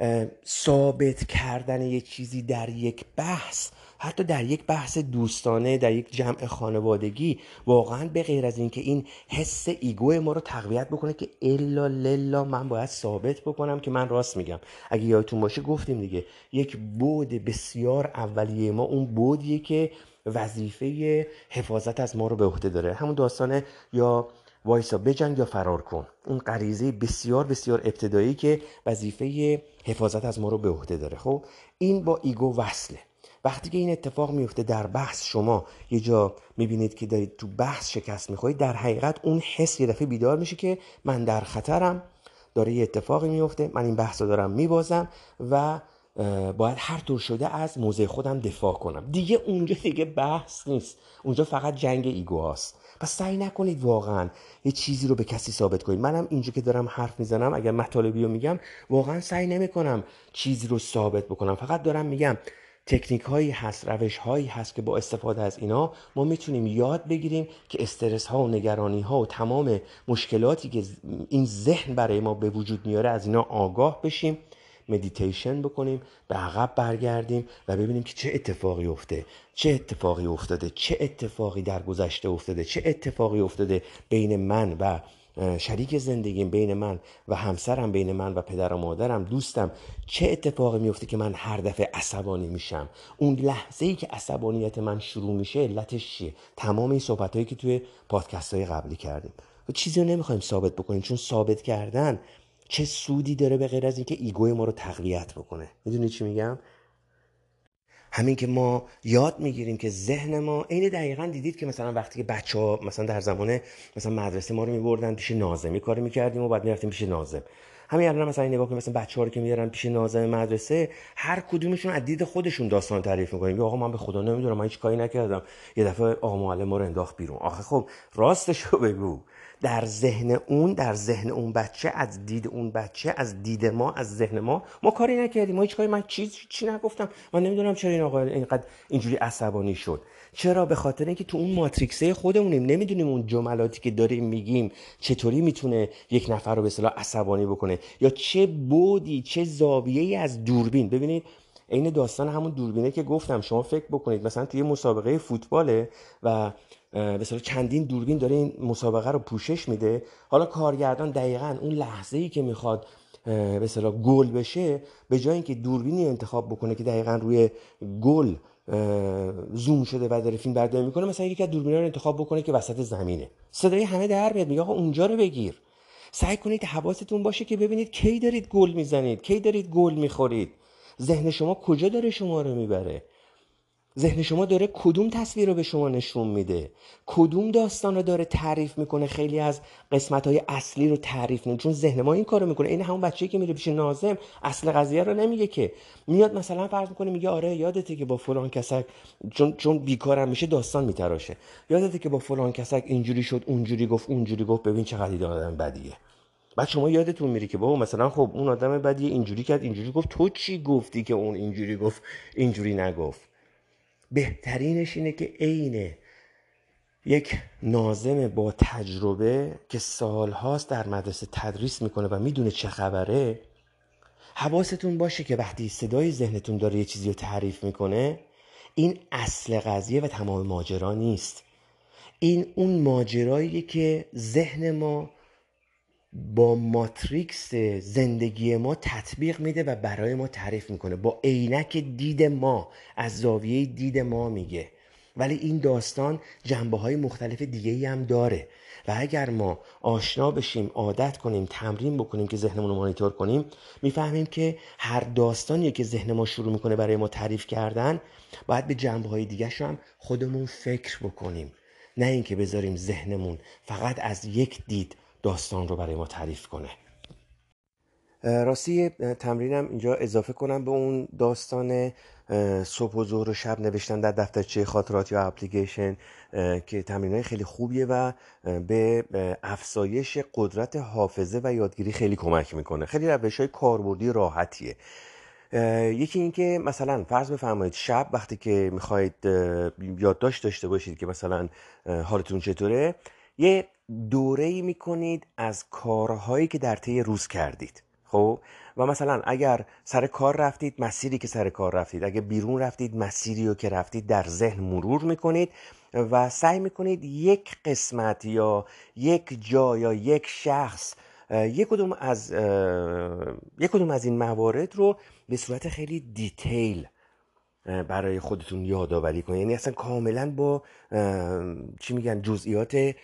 ثابت کردن یه چیزی در یک بحث، حتی در یک بحث دوستانه، در یک جمع خانوادگی، واقعا به غیر از این که این حس ایگو ما رو تقویت بکنه که الا للا من باید ثابت بکنم که من راست میگم. اگه یادتون باشه گفتیم دیگه، یک بعد بسیار اولیه ما اون بعدیه که وظیفه حفاظت از ما رو به عهده داره. همون داستانه یا وایسا بجنگ یا فرار کن، اون غریزه بسیار بسیار ابتدایی که وظیفه حفاظت از ما رو به عهده داره. خب این با ایگو وصله. وقتی که این اتفاق میفته در بحث، شما یه جا میبینید که دارید تو بحث شکست میخورید، در حقیقت اون حس یه دفعه بیدار میشه که من در خطرم، داره یه اتفاقی میفته، من این بحث رو دارم میبازم و باید هر طور شده از موضع خودم دفاع کنم. دیگه اونجا دیگه بحث نیست، اونجا فقط جنگ ایگو هاست. پس سعی نکنید واقعا یه چیزی رو به کسی ثابت کنید. منم اینجا که دارم حرف میزنم، اگر مطالبی رو میگم، واقعا سعی نمیکنم چیزی رو ثابت بکنم، فقط دارم میگم تکنیک هایی هست، روش هایی هست که با استفاده از اینا ما میتونیم یاد بگیریم که استرس ها و نگرانی ها و تمام مشکلاتی که این ذهن برای ما به وجود میاره از اینا آگاه بشیم، مدیتیشن بکنیم، به عقب برگردیم و ببینیم که چه اتفاقی افتاده، چه اتفاقی افتاده، چه اتفاقی در گذشته افتاده، چه اتفاقی افتاده بین من و شریک زندگیم، بین من و همسرم، بین من و پدر و مادرم، دوستم، چه اتفاقی میفته که من هر دفعه عصبانی میشم. اون لحظه‌ای که عصبانیت من شروع میشه علتش چیه؟ تمام این صحبتایی که توی پادکست‌های قبلی کردیم. و چیزی رو نمیخوایم ثابت بکنیم، چون ثابت کردن چه سودی داره به غیر از اینکه ایگوی ما رو تقویت بکنه. میدونی چی میگم؟ همین که ما یاد میگیریم که ذهن ما، اینه دقیقاً دیدید که مثلا وقتی که بچه‌ها مثلا در زمان مثلا مدرسه ما رو میبردن پیش ناظم، کاری میکردیم و بعد میرفتیم پیش ناظم. همین الان مثلا نگاه کنیم، مثلا بچه‌ها رو که میارن پیش ناظم مدرسه، هر کدومشون از دید خودشون داستان تعریف میکنن. آقا من به خدا نمیدونم، من هیچ کاری نکردم، یه دفعه آقا معلم ما رو انداخت بیرون. آخه خب راستشو بگو، در ذهن اون در ذهن اون بچه، از دید اون بچه، از دید ما، از ذهن ما، ما کاری نکردیم، ما هیچ کاری، من چیز چی نگفتم، من نمیدونم چرا این آقا اینقدر اینجوری عصبانی شد. چرا؟ به خاطر اینکه تو اون ماتریکسه خودمونیم، نمیدونیم اون جملاتی که داریم میگیم چطوری میتونه یک نفر رو به اصطلاح عصبانی بکنه، یا چه بعدی، چه زاویه‌ای از دوربین. ببینید این داستان همون دوربینه که گفتم، شما فکر بکنید مثلا توی مسابقه فوتباله و به اصطلاح چندین دوربین داره این مسابقه رو پوشش میده. حالا کارگردان دقیقاً اون لحظه‌ای که میخواد به اصطلاح گل بشه، به جای اینکه دوربینی انتخاب بکنه که دقیقاً روی گل زوم شده و داره فیلم برداری میکنه، مثلا یکی از دوربینا رو انتخاب بکنه که وسط زمینه، صدای همه در میاد، میگه آقا اونجا رو بگیر. سعی کنید حواستون باشه که ببینید کی دارید گل میزنید، کی دارید گل میخورید، ذهن شما کجا داره شما رو میبره. ذهن شما داره کدوم تصویر رو به شما نشون میده، کدوم داستان رو داره تعریف میکنه. خیلی از قسمت‌های اصلی رو تعریف نمیکنه، چون ذهن ما این کارو میکنه. این همون بچه‌ای که میره پیش ناظم اصل قضیه رو نمیگه، که میاد مثلا فرض میکنه میگه آره یادته که با فلان کسک، چون چون بیکارم میشه داستان میتراشه، یادته که با فلان کسک اینجوری شد، اونجوری گفت، اونجوری گفت، ببین چقدر این آدم بدیه. بعد شما یادتون میره که بابا مثلا خب اون آدم بدیه، اینجوری کرد، اینجوری گفت، تو چی گفتی که اون اینجوری گفت، اینجوری نگفت. بهترینش اینه که عین یک ناظم با تجربه که سالهاست در مدرسه تدریس میکنه و میدونه چه خبره، حواستون باشه که وقتی صدای ذهنتون داره یه چیزی رو تعریف میکنه، این اصل قضیه و تمام ماجرا نیست. این اون ماجراییه که ذهن ما با ماتریکس زندگی ما تطبیق میده و برای ما تعریف میکنه، با عینک دید ما، از زاویه دید ما میگه. ولی این داستان جنبه های مختلف دیگه هم داره و اگر ما آشنا بشیم، عادت کنیم، تمرین بکنیم که ذهنمون رو مانیتور کنیم، میفهمیم که هر داستانی که ذهن ما شروع میکنه برای ما تعریف کردن، باید به جنبه های دیگه هم خودمون فکر بکنیم، نه اینکه بذاریم ذهنمون فقط از یک دید داستان رو برای ما تعریف کنه. راستی تمرینم اینجا اضافه کنم به اون داستان صبح و ظهر و شب نوشتن در دفترچه خاطرات یا اپلیکیشن که تمرینای خیلی خوبیه و به افزایش قدرت حافظه و یادگیری خیلی کمک میکنه. خیلی روش‌های کاربردی راحتیه. یکی این که مثلا فرض بفرمایید شب وقتی که میخواید یادداشت داشته باشید که مثلا حالتون چطوره، یه دوره‌ای میکنید از کارهایی که در طی روز کردید. خب و مثلا اگر سر کار رفتید، مسیری که سر کار رفتید، اگه بیرون رفتید، مسیری رو که رفتید در ذهن مرور میکنید و سعی میکنید یک قسمت یا یک جا یا یک شخص یک کدوم از یک کدوم از این موارد رو به صورت خیلی دیتیل برای خودتون یادآوری کنید. یعنی اصلا کاملا با چی میگن جزئیات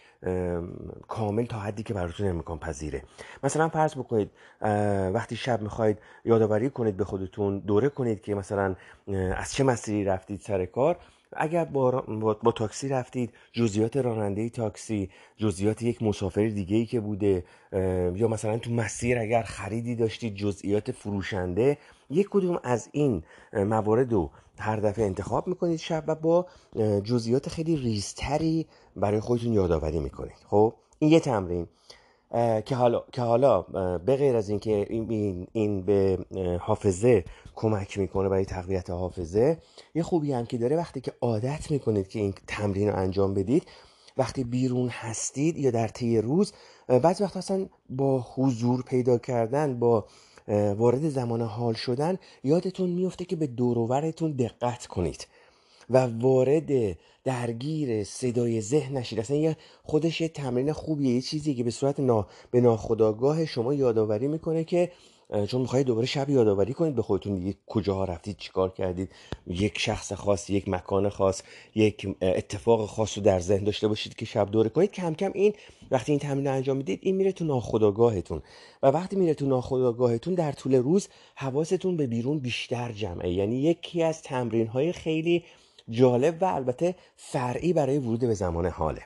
کامل تا حدی که براتون امکان پذیره. مثلا فرض بکنید وقتی شب میخواید یادآوری کنید به خودتون، دوره کنید که مثلا از چه مسیری رفتید سر کار. اگر با, با, با تاکسی رفتید، جزئیات راننده تاکسی، جزئیات یک مسافر دیگه‌ای که بوده، یا مثلا تو مسیر اگر خریدی داشتید، جزئیات فروشنده، یک کدوم از این موارد رو هر دفعه انتخاب میکنید شب و با جزئیات خیلی ریزتری برای خودتون یادآوری میکنید. خب این یه تمرین که حالا که حالا به غیر از این که این این به حافظه کمک میکنه برای تقویت حافظه، یه خوبی هم که داره وقتی که عادت میکنید که این تمرین رو انجام بدید، وقتی بیرون هستید یا در طی روز، بعضی وقت اصلا با حضور پیدا کردن، با وارد زمان حال شدن، یادتون میفته که به دور و برتون دقت کنید و وارد درگیر صدای ذهن نشید. اصلا یه خودش یه تمرین خوبیه، یه چیزی که به صورت نا... به ناخودآگاه شما یادآوری میکنه که چون میخواید دوباره شب یادآوری کنید به خودتون دیگه کجاها رفتید، چیکار کردید، یک شخص خاص، یک مکان خاص، یک اتفاق خاص رو در ذهن داشته باشید که شب دوره کنید. کم کم این وقتی این تمرین انجام میدید، این میره تو ناخودآگاهتون و وقتی میره تو ناخودآگاهتون در طول روز حواستون به بیرون بیشتر جمعه. یعنی یکی از تمرین‌های خیلی جالب و البته فرعی برای ورود به زمان حاله.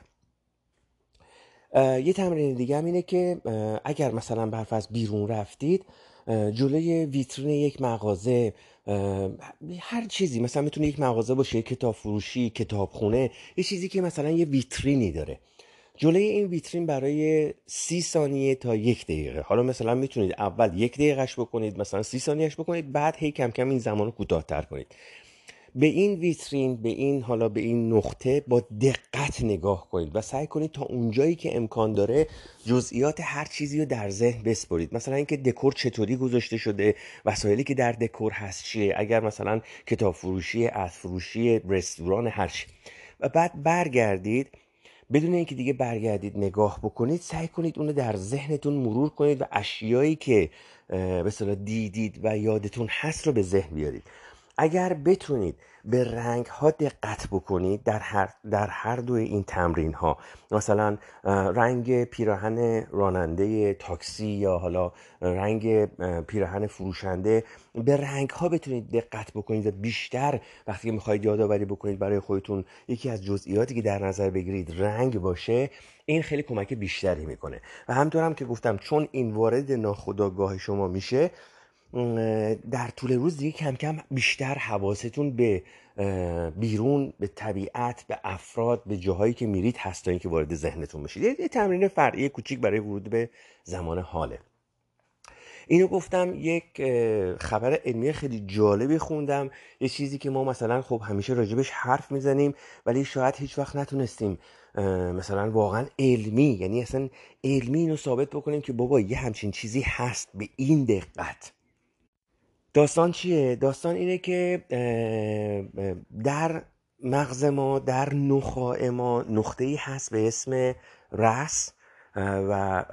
یه تمرین دیگه هم اینه که اگر مثلا برفرض بیرون رفتید، جلوی ویترین یک مغازه، هر چیزی، مثلا میتونه یک مغازه باشه، کتاب فروشی، کتابخونه، یه چیزی که مثلا یه ویترینی داره، جلوی این ویترین برای سی ثانیه تا یک دقیقه، حالا مثلا میتونید اول یک دقیقهش بکنید، مثلا سی ثانیهش بکنید، بعد هی کم کم این زمان رو کوتاه‌تر کنید. به این ویترین، به این حالا به این نقطه با دقت نگاه کنید و سعی کنید تا اونجایی که امکان داره جزئیات هر چیزی رو در ذهن بسپرید. مثلا اینکه دکور چطوری گذاشته شده، وسایلی که در دکور هست چیه، اگر مثلا کتاب فروشی، عطر فروشی، رستوران، هر چی. و بعد برگردید، بدون اینکه دیگه برگردید نگاه بکنید، سعی کنید اونو در ذهنتون مرور کنید و اشیایی که به اصطلاح دیدید و یادتون هست رو به ذهن بیارید. اگر بتونید به رنگ ها دقت بکنید در هر, در هر دوی این تمرین ها، مثلا رنگ پیراهن راننده تاکسی یا حالا رنگ پیراهن فروشنده، به رنگ ها بتونید دقت بکنید و بیشتر وقتی میخواید یادآوری بکنید برای خودتون یکی از جزئیاتی که در نظر بگیرید رنگ باشه، این خیلی کمک بیشتری میکنه. و همطور هم که گفتم چون این وارد ناخودآگاه شما میشه، در طول روز دیگه کم کم بیشتر حواستون به بیرون، به طبیعت، به افراد، به جاهایی که میرید هست تا اینکه وارد ذهنتون بشید. یه تمرین فرعی کوچیک برای ورود به زمان حاله. اینو گفتم. یک خبر علمی خیلی جالبی خوندم، یه چیزی که ما مثلا خب همیشه راجبش حرف میزنیم ولی شاید هیچ وقت نتونستیم مثلا واقعا علمی، یعنی اصلا علمی اینو ثابت بکنیم که بابا یه همچین چیزی هست به این دقت. داستان چیه؟ داستان اینه که در مغز ما، در نخاع ما نقطه‌ای هست به اسم رس و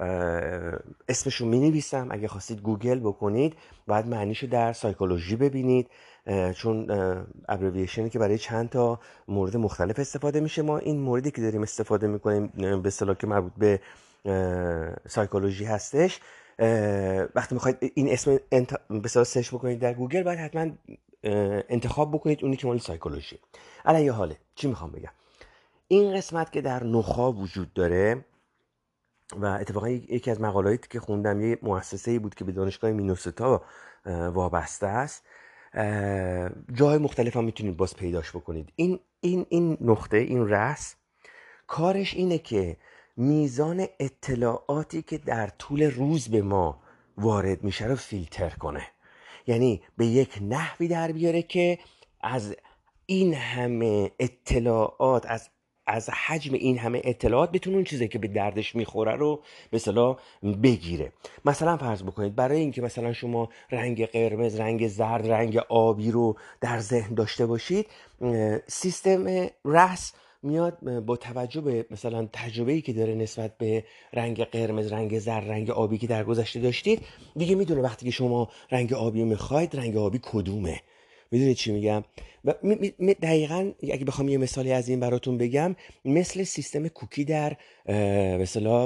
اسمشو می نویسم، اگه خواستید گوگل بکنید باید معنیشو در سایکولوژی ببینید، چون ابریویشنی که برای چند تا مورد مختلف استفاده میشه. ما این موردی که داریم استفاده میکنیم به اصطلاح که مربوط به سایکولوژی هستش، وقتی میخواید این اسم انت... به اصطلاح سرچ بکنید در گوگل باید حتما انتخاب بکنید اونی که مال سایکولوژی. علیه حاله چی میخوام بگم؟ این قسمت که در نخاع وجود داره و اتفاقا یکی از مقالاتی که خوندم یه مؤسسه‌ای بود که به دانشگاه مینوسوتا وابسته است، جای مختلف هم میتونید باز پیداش بکنید. این این این نقطه، این رأس، کارش اینه که میزان اطلاعاتی که در طول روز به ما وارد میشه رو فیلتر کنه، یعنی به یک نحوی در بیاره که از این همه اطلاعات، از از حجم این همه اطلاعات بتونه اون چیزی که به دردش میخوره رو به اصطلاح بگیره. مثلا فرض بکنید برای اینکه مثلا شما رنگ قرمز، رنگ زرد، رنگ آبی رو در ذهن داشته باشید، سیستم رأس میاد با توجه به مثلا تجربه‌ای که داره نسبت به رنگ قرمز، رنگ زرد، رنگ آبی که در گذشته داشتید، دیگه میدونه وقتی که شما رنگ آبی میخواید رنگ آبی کدومه. میدونید چی میگم؟ و دقیقاً اگه بخوام یه مثالی از این براتون بگم، مثل سیستم کوکی در به اصطلاح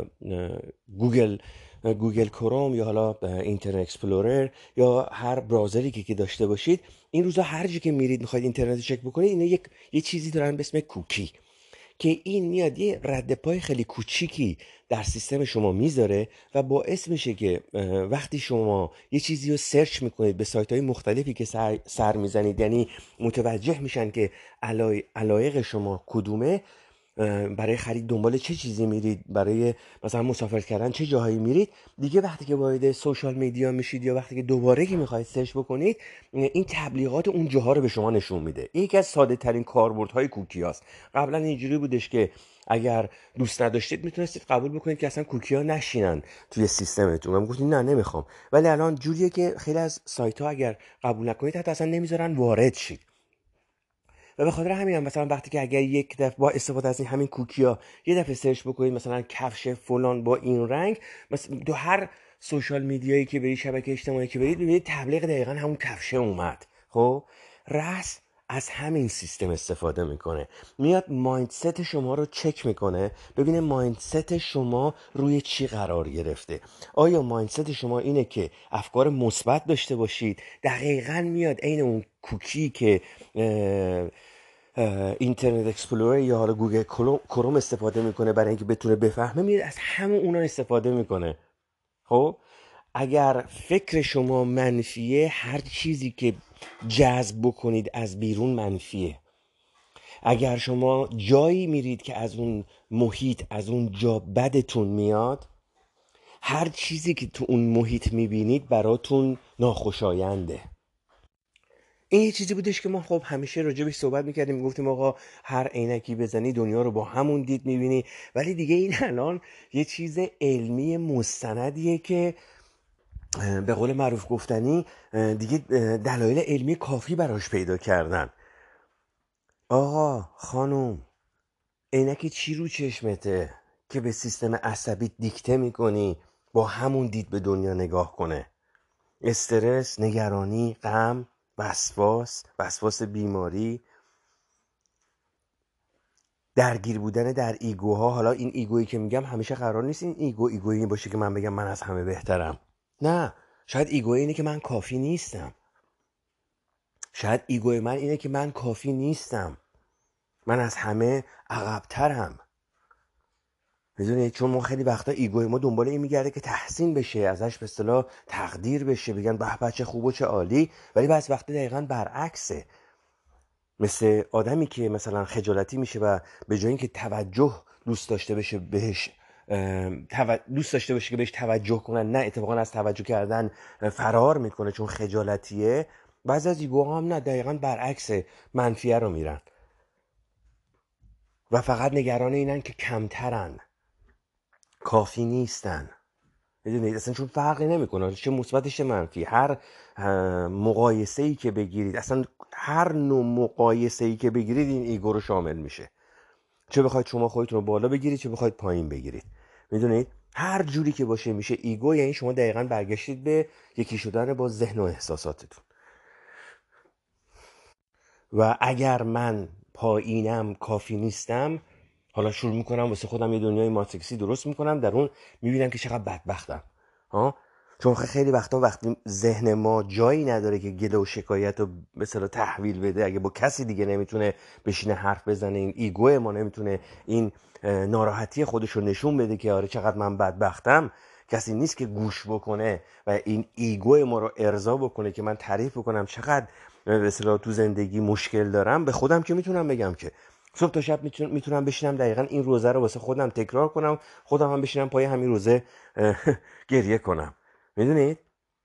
گوگل گوگل کروم یا حالا اینترنت اکسپلورر یا هر براوزری که که داشته باشید، این روزا هر جا که میرید میخواید اینترنت رو چک بکنید، اینا یک یه چیزی دارن به اسم کوکی که این میاد یه رد پای خیلی کوچیکی در سیستم شما میذاره و باعث میشه که وقتی شما یه چیزی رو سرچ میکنید به سایت های مختلفی که سر, سر میزنید، یعنی متوجه میشن که علای... علایق شما کدومه، برای خرید دنبال چه چیزی میرید، برای مثلا مسافرت کردن چه جاهایی میرید، دیگه وقتی که وارد سوشال میدیا میشید یا وقتی که دوباره که میخواید سرچ بکنید، این تبلیغات اون جاها رو به شما نشون میده. این یکی از ساده ترین کاربردهای کوکی هاست. قبلا اینجوری بودش که اگر دوست نداشتید میتونستید قبول بکنید که اصلا کوکی ها نشینن توی سیستمتون و میگفتید نه نمیخوام، ولی الان جوریه که خیلی از سایت ها اگر قبول نکنید حتی اصلا نمیذارن وارد شید. و به خاطر همین هم مثلا وقتی که اگر یک دفعه با استفاده از این همین کوکیا یه دفعه سرچ بکنید مثلا کفش فلان با این رنگ، مثلا دو هر سوشال میدیایی که برید، شبکه اجتماعی که برید، ببینید تبلیغ دقیقاً همون کفشه اومد. خب رأس از همین سیستم استفاده میکنه، میاد مایندست شما رو چک میکنه، ببینه مایندست شما روی چی قرار گرفته. آیا مایندست شما اینه که افکار مثبت داشته باشید؟ دقیقاً میاد عین اون کوکی که اینترنت اکسپلورر یا حالا گوگل کروم استفاده میکنه برای اینکه بتونه بفهمه، میاد از همون اونا استفاده میکنه. خب اگر فکر شما منفیه، هر چیزی که جذب بکنید از بیرون منفیه. اگر شما جایی میرید که از اون محیط، از اون جا بدتون میاد، هر چیزی که تو اون محیط میبینید براتون ناخوشاینده. این یه چیزی بودش که ما خب همیشه راجبش صحبت میکردیم، میگفتیم آقا هر عینکی بزنی دنیا رو با همون دید میبینی، ولی دیگه این الان یه چیز علمی مستندیه که به قول معروف گفتنی دیگه دلایل علمی کافی براش پیدا کردن. آقا خانوم، عینک چی رو چشمته که به سیستم عصبی دیکته میکنی با همون دید به دنیا نگاه کنه؟ استرس، نگرانی، غم، وسواس، وسواس بیماری، درگیر بودن در ایگوها. حالا این ایگویی که میگم همیشه قرار نیست این ایگو ایگویی باشه که من بگم من از همه بهترم. نه، شاید ایگوی اینه که من کافی نیستم. شاید ایگوی من اینه که من کافی نیستم، من از همه عقب‌ترم. میدونید، چون ما خیلی وقتا ایگوی ما دنبال این میگرده که تحسین بشه، ازش به اصطلاح تقدیر بشه، بگن به به چه خوب و چه عالی. ولی بعضی وقتا دقیقاً برعکسه. مثل آدمی که مثلا خجالتی میشه و به جای اینکه توجه دوست داشته بشه بهش تو... دوست داشته باشه که بهش توجه کنن، نه اتفاقا از توجه کردن فرار میکنه چون خجالتیه. بعضی از ایگوها هم نه، دقیقاً برعکسه، منفیه رو میرن و فقط نگران اینن که کمترن، کافی نیستن. میدونید اصلا چون فرقی نمیکنه چه مثبتش چه منفی. هر مقایسه ای که بگیرید، اصلا هر نوع مقایسه ای که بگیرید این ایگو رو شامل میشه. چه بخواید شما خودتون رو بالا بگیرید، چه بخواید پایین بگیرید. میدونید هر جوری که باشه میشه ایگو. یعنی شما دقیقاً برگشتید به یکی شدن با ذهن و احساساتتون. و اگر من پایینم، کافی نیستم، حالا شروع میکنم واسه خودم یه دنیای ماتریکسی درست میکنم، در اون میبینم که چقدر بدبختم. ها، چون خیلی وقتا وقتی ذهن ما جایی نداره که گله و شکایت رو مثلا تحویل بده، اگه با کسی دیگه نمیتونه بشینه حرف بزنه، این ایگو ما نمیتونه این ناراحتی خودش رو نشون بده که آره چقدر من بدبختم، کسی نیست که گوش بکنه و این ایگو ما رو ارضا بکنه که من تعریف بکنم چقدر به اصطلاح تو زندگی مشکل دارم. به خودم که میتونم بگم که صبح تا شب میتونم بشینم دقیقاً این روزه رو واسه خودم تکرار کنم، خودم هم بشینم پای همین روزه گریه کنم. میدونید؟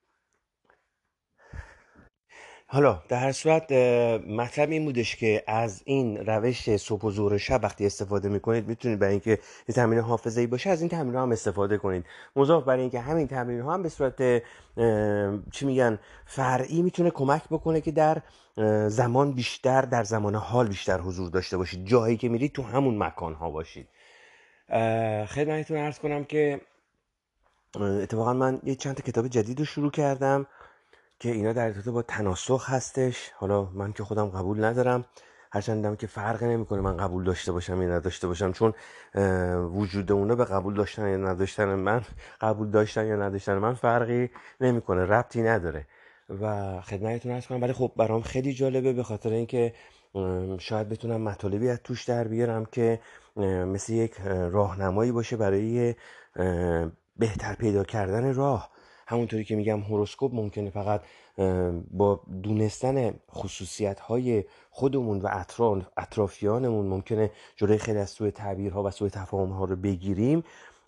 حالا در هر صورت مطلب این بودش که از این روش صبح و ظهر و شب وقتی استفاده میکنید میتونید برای اینکه یه تمرین حافظه‌ای باشه از این تمرین ها هم استفاده کنید. مضاف برای اینکه همین تمرین ها هم به صورت چی میگن فرعی میتونه کمک بکنه که در زمان بیشتر، در زمان حال بیشتر حضور داشته باشید، جایی که میرید تو همون مکان ها باشید. خدمتتون عرض کنم که اتفاقا من یه چند تا کتاب جدید رو شروع کردم که اینا در ارتباط با تناسخ هستش. حالا من که خودم قبول ندارم، هرچندم که فرقی نمیکنه من قبول داشته باشم یا نداشته باشم، چون وجود اونا به قبول داشتن یا نداشتن من، قبول داشتن یا نداشتن من فرقی نمیکنه، ربطی نداره. و خدمتتون عرض کنم ولی خب برام خیلی جالبه، به خاطر اینکه شاید بتونم مطالبی از توش در بیارم که مثل یک راهنمایی باشه برای بهتر پیدا کردن راه. همونطوری که میگم هوروسکوپ ممکنه فقط با دونستن خصوصیت‌های خودمون و اطراف اطرافیانمون ممکنه جلوی خیلی از سوء تعبیرها و سوء تفاهم‌ها رو بگیریم.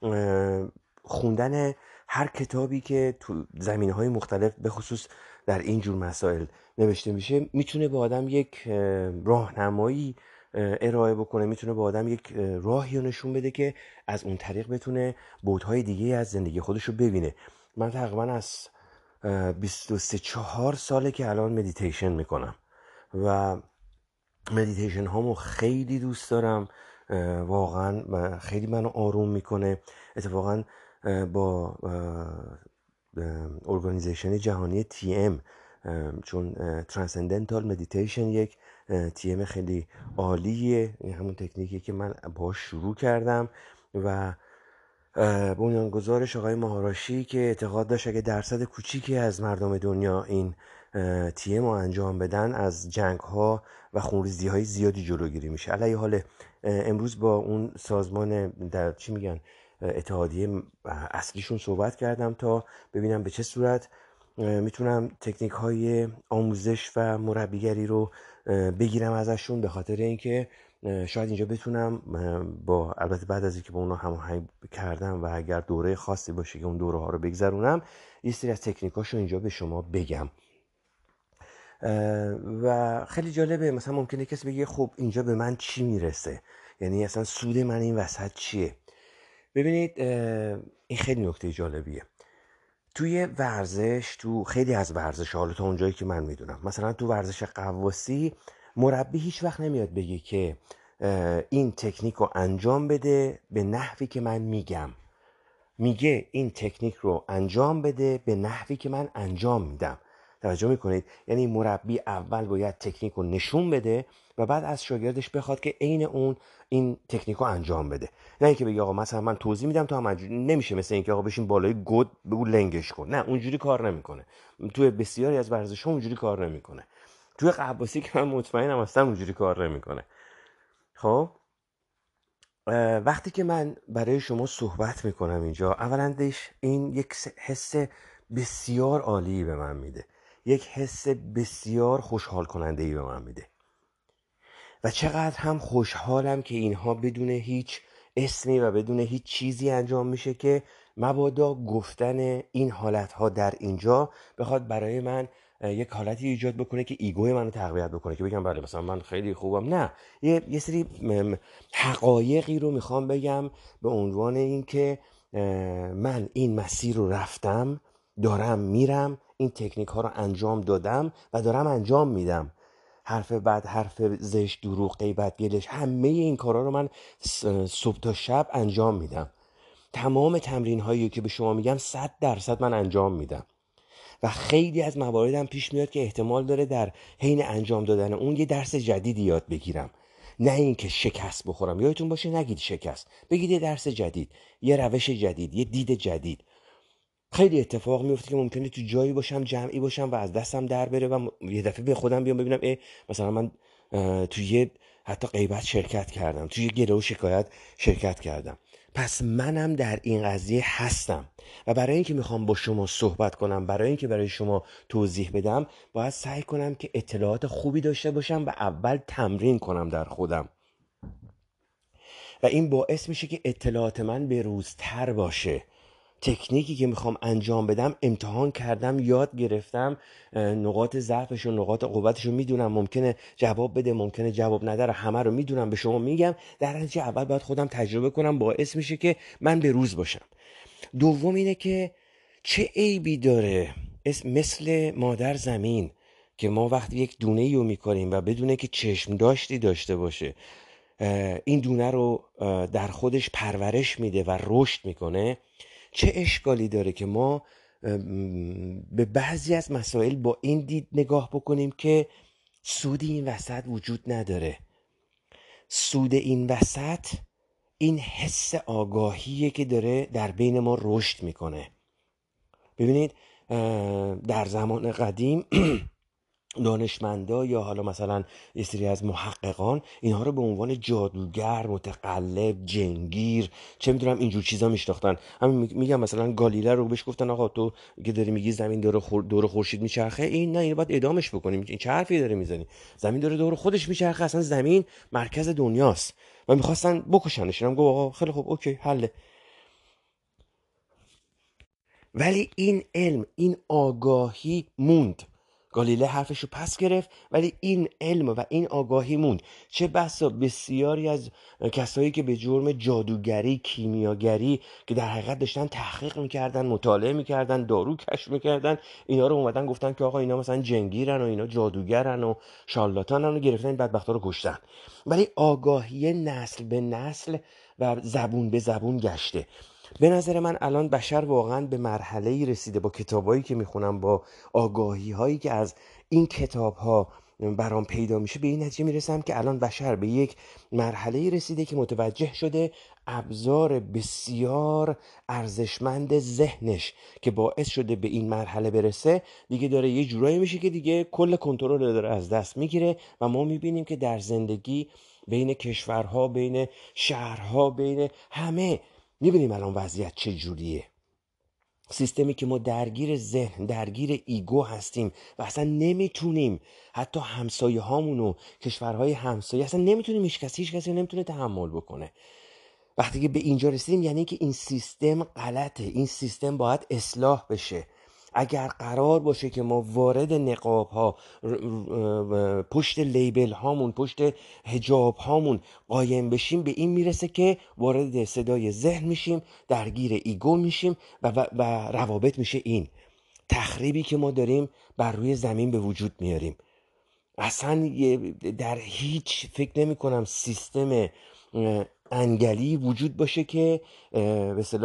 خوندن هر کتابی که تو زمینه‌های مختلف به خصوص در این جور مسائل نوشته میشه میتونه به آدم یک راهنمایی ارائه بکنه، میتونه به آدم یک راهی رو نشون بده که از اون طریق بتونه بعدهای دیگه از زندگی خودش رو ببینه. من تقریبا از بیست و سه چهار ساله که الان مدیتیشن میکنم و مدیتیشن هامو خیلی دوست دارم، واقعا خیلی منو آروم میکنه. اتفاقا با ارگانیزیشن جهانی تی ام، چون ترانسندنتال مدیتیشن یک تی ام خیلی عالیه، این همون تکنیکی که من باهاش شروع کردم و بنیانگذارش آقای ماهاراشی که اعتقاد داشت اگه درصد کوچیکی از مردم دنیا این تی ام رو انجام بدن از جنگ ها و خونریزی های زیادی جلوگیری میشه. علیه حال امروز با اون سازمان در چی میگن اتحادیه اصلیشون صحبت کردم تا ببینم به چه صورت میتونم تکنیک های آموزش و مربیگری رو بگیرم ازشون، به خاطر اینکه شاید اینجا بتونم با، البته بعد از اینکه با اونا هماهنگ کردم و اگر دوره خاصی باشه که اون دوره ها رو بگذرونم، یه سری از تکنیکاشو اینجا به شما بگم. و خیلی جالبه، مثلا ممکنه کسی بگه خب اینجا به من چی میرسه، یعنی اصلا سود من این وسط چیه؟ ببینید این خیلی نکته جالبیه. توی ورزش، تو خیلی از ورزش، حالا تا اونجایی که من میدونم، مثلا تو ورزش قواسی مربی هیچ وقت نمیاد بگه که این تکنیک رو انجام بده به نحوی که من میگم، میگه این تکنیک رو انجام بده به نحوی که من انجام میدم. توجه میکنید؟ یعنی مربی اول باید تکنیک رو نشون بده و بعد از شاگردش بخواد که عین اون این تکنیک رو انجام بده. نه اینکه بگی آقا مثلا من توضیح میدم تو هم انجام. نمیشه مثل اینکه آقا بشین بالای گد بگو لنگش کن. نه، اونجوری کار نمیکنه. توی بسیاری از ورزش‌ها اونجوری کار نمیکنه. توی غواصی که من مطمئنم اصلا اونجوری کار نمیکنه. خب وقتی که من برای شما صحبت میکنم اینجا، اولندش این یک حس بسیار عالی به من میده، یک حس بسیار خوشحال کننده ای به من میده و چقدر هم خوشحالم که اینها بدون هیچ اسمی و بدون هیچ چیزی انجام میشه که مبادا گفتن این حالتها در اینجا بخواد برای من یک حالتی ایجاد بکنه که ایگوی منو تقویت بکنه، که بگم بله مثلا من خیلی خوبم. نه، یه, یه سری حقایقی رو میخوام بگم به عنوان این که من این مسیر رو رفتم، دارم میرم، این تکنیک ها رو انجام دادم و دارم انجام میدم. حرف بد، حرف زشت، دروغ، غیبت، گلش، همه این کارا رو من صبح تا شب انجام میدم. تمام تمرین هایی که به شما میگم صد درصد من انجام میدم و خیلی از مواردم پیش میاد که احتمال داره در حین انجام دادن اون یه درس جدیدی یاد بگیرم، نه اینکه شکست بخورم. یادتون باشه نگید شکست، بگید یه درس جدید، یه روش جدید، یه دید جدید. خیلی اتفاق میفته که ممکنه تو جایی باشم، جمعی باشم و از دستم در بره و یه دفعه به خودم بیام ببینم اه مثلا من تو یه حتی غیبت شرکت کردم، تو یه گله و شکایت شرکت کردم. پس منم در این قضیه هستم و برای اینکه میخوام با شما صحبت کنم، برای اینکه برای شما توضیح بدم، باید سعی کنم که اطلاعات خوبی داشته باشم و اول تمرین کنم در خودم و این باعث میشه که اطلاعات من بروزتر باشه. تکنیکی که میخوام انجام بدم امتحان کردم، یاد گرفتم، نقاط ضعفش و نقاط قوتش رو میدونم، ممکنه جواب بده، ممکنه جواب نده، همه رو میدونم، به شما میگم. در نتیجه اول باید خودم تجربه کنم، باعث میشه که من به روز باشم. دوم اینه که چه عیبی داره مثل مادر زمین که ما وقتی یک دونه رو میکنیم و بدونه که چشم داشتی داشته باشه، این دونه رو در خودش پرورش میده و رشد میکنه، چه اشکالی داره که ما به بعضی از مسائل با این دید نگاه بکنیم که سود این وسط وجود نداره. سود این وسط این حس آگاهیه که داره در بین ما رشد میکنه. ببینید در زمان قدیم دانشمندا یا حالا مثلا یه سری از محققان اینها رو به عنوان جادوگر، متقلب، جنگیر، چه میدونم اینجور چیزا میشناختن. همین میگم مثلا گالیله رو بهش گفتن آقا تو که داری میگی زمین دور خور... دور خورشید میچرخه، این نه، اینو باید اعدامش بکنیم، این چه حرفی داره میزنی؟ زمین داره دور خودش میچرخه، اصلا زمین مرکز دنیاست. و میخواستن بکشنش. هم گفت آقا خیلی خوب، اوکی، حله. ولی این علم، این آگاهی موند. گالیله حرفشو پس گرفت ولی این علم و این آگاهی موند. چه بسا بسیاری از کسایی که به جرم جادوگری، کیمیاگری، که در حقیقت داشتن تحقیق میکردن، مطالعه میکردن، دارو کشف میکردن، اینا رو اومدن گفتن که آقا اینا مثلا جنگیرن و اینا جادوگرن و شارلاتانن و گرفتن این بدبختا رو کشتن. ولی آگاهی نسل به نسل و زبون به زبون گشته. به نظر من الان بشر واقعا به مرحله‌ای رسیده با کتابایی که میخونم، با آگاهی هایی که از این کتاب ها برام پیدا میشه، به این نتیجه میرسم که الان بشر به یک مرحله‌ای رسیده که متوجه شده ابزار بسیار ارزشمند ذهنش که باعث شده به این مرحله برسه دیگه داره یه جورایی میشه که دیگه کل کنترل رو داره از دست میگیره و ما میبینیم که در زندگی بین کشورها، بین شهرها، بین همه، میبینیم الان وضعیت چه جوریه. سیستمی که ما درگیر ذهن، درگیر ایگو هستیم و اصلا نمیتونیم حتی همسایه هامون و کشورهای همسایه اصلا نمیتونیم، هیچ کسی هیچ کسی نمیتونه تحمل بکنه. وقتی که به اینجا رسیدیم یعنی که این سیستم غلطه، این سیستم باید اصلاح بشه. اگر قرار باشه که ما وارد نقاب ها، پشت لیبل هامون، پشت حجاب هامون قایم بشیم، به این میرسه که وارد صدای ذهن میشیم، درگیر ایگو میشیم و, و, و روابط میشه این تخریبی که ما داریم بر روی زمین به وجود میاریم. اصلا در هیچ فکر نمی کنم سیستم انگلی وجود باشه که به اصطلاح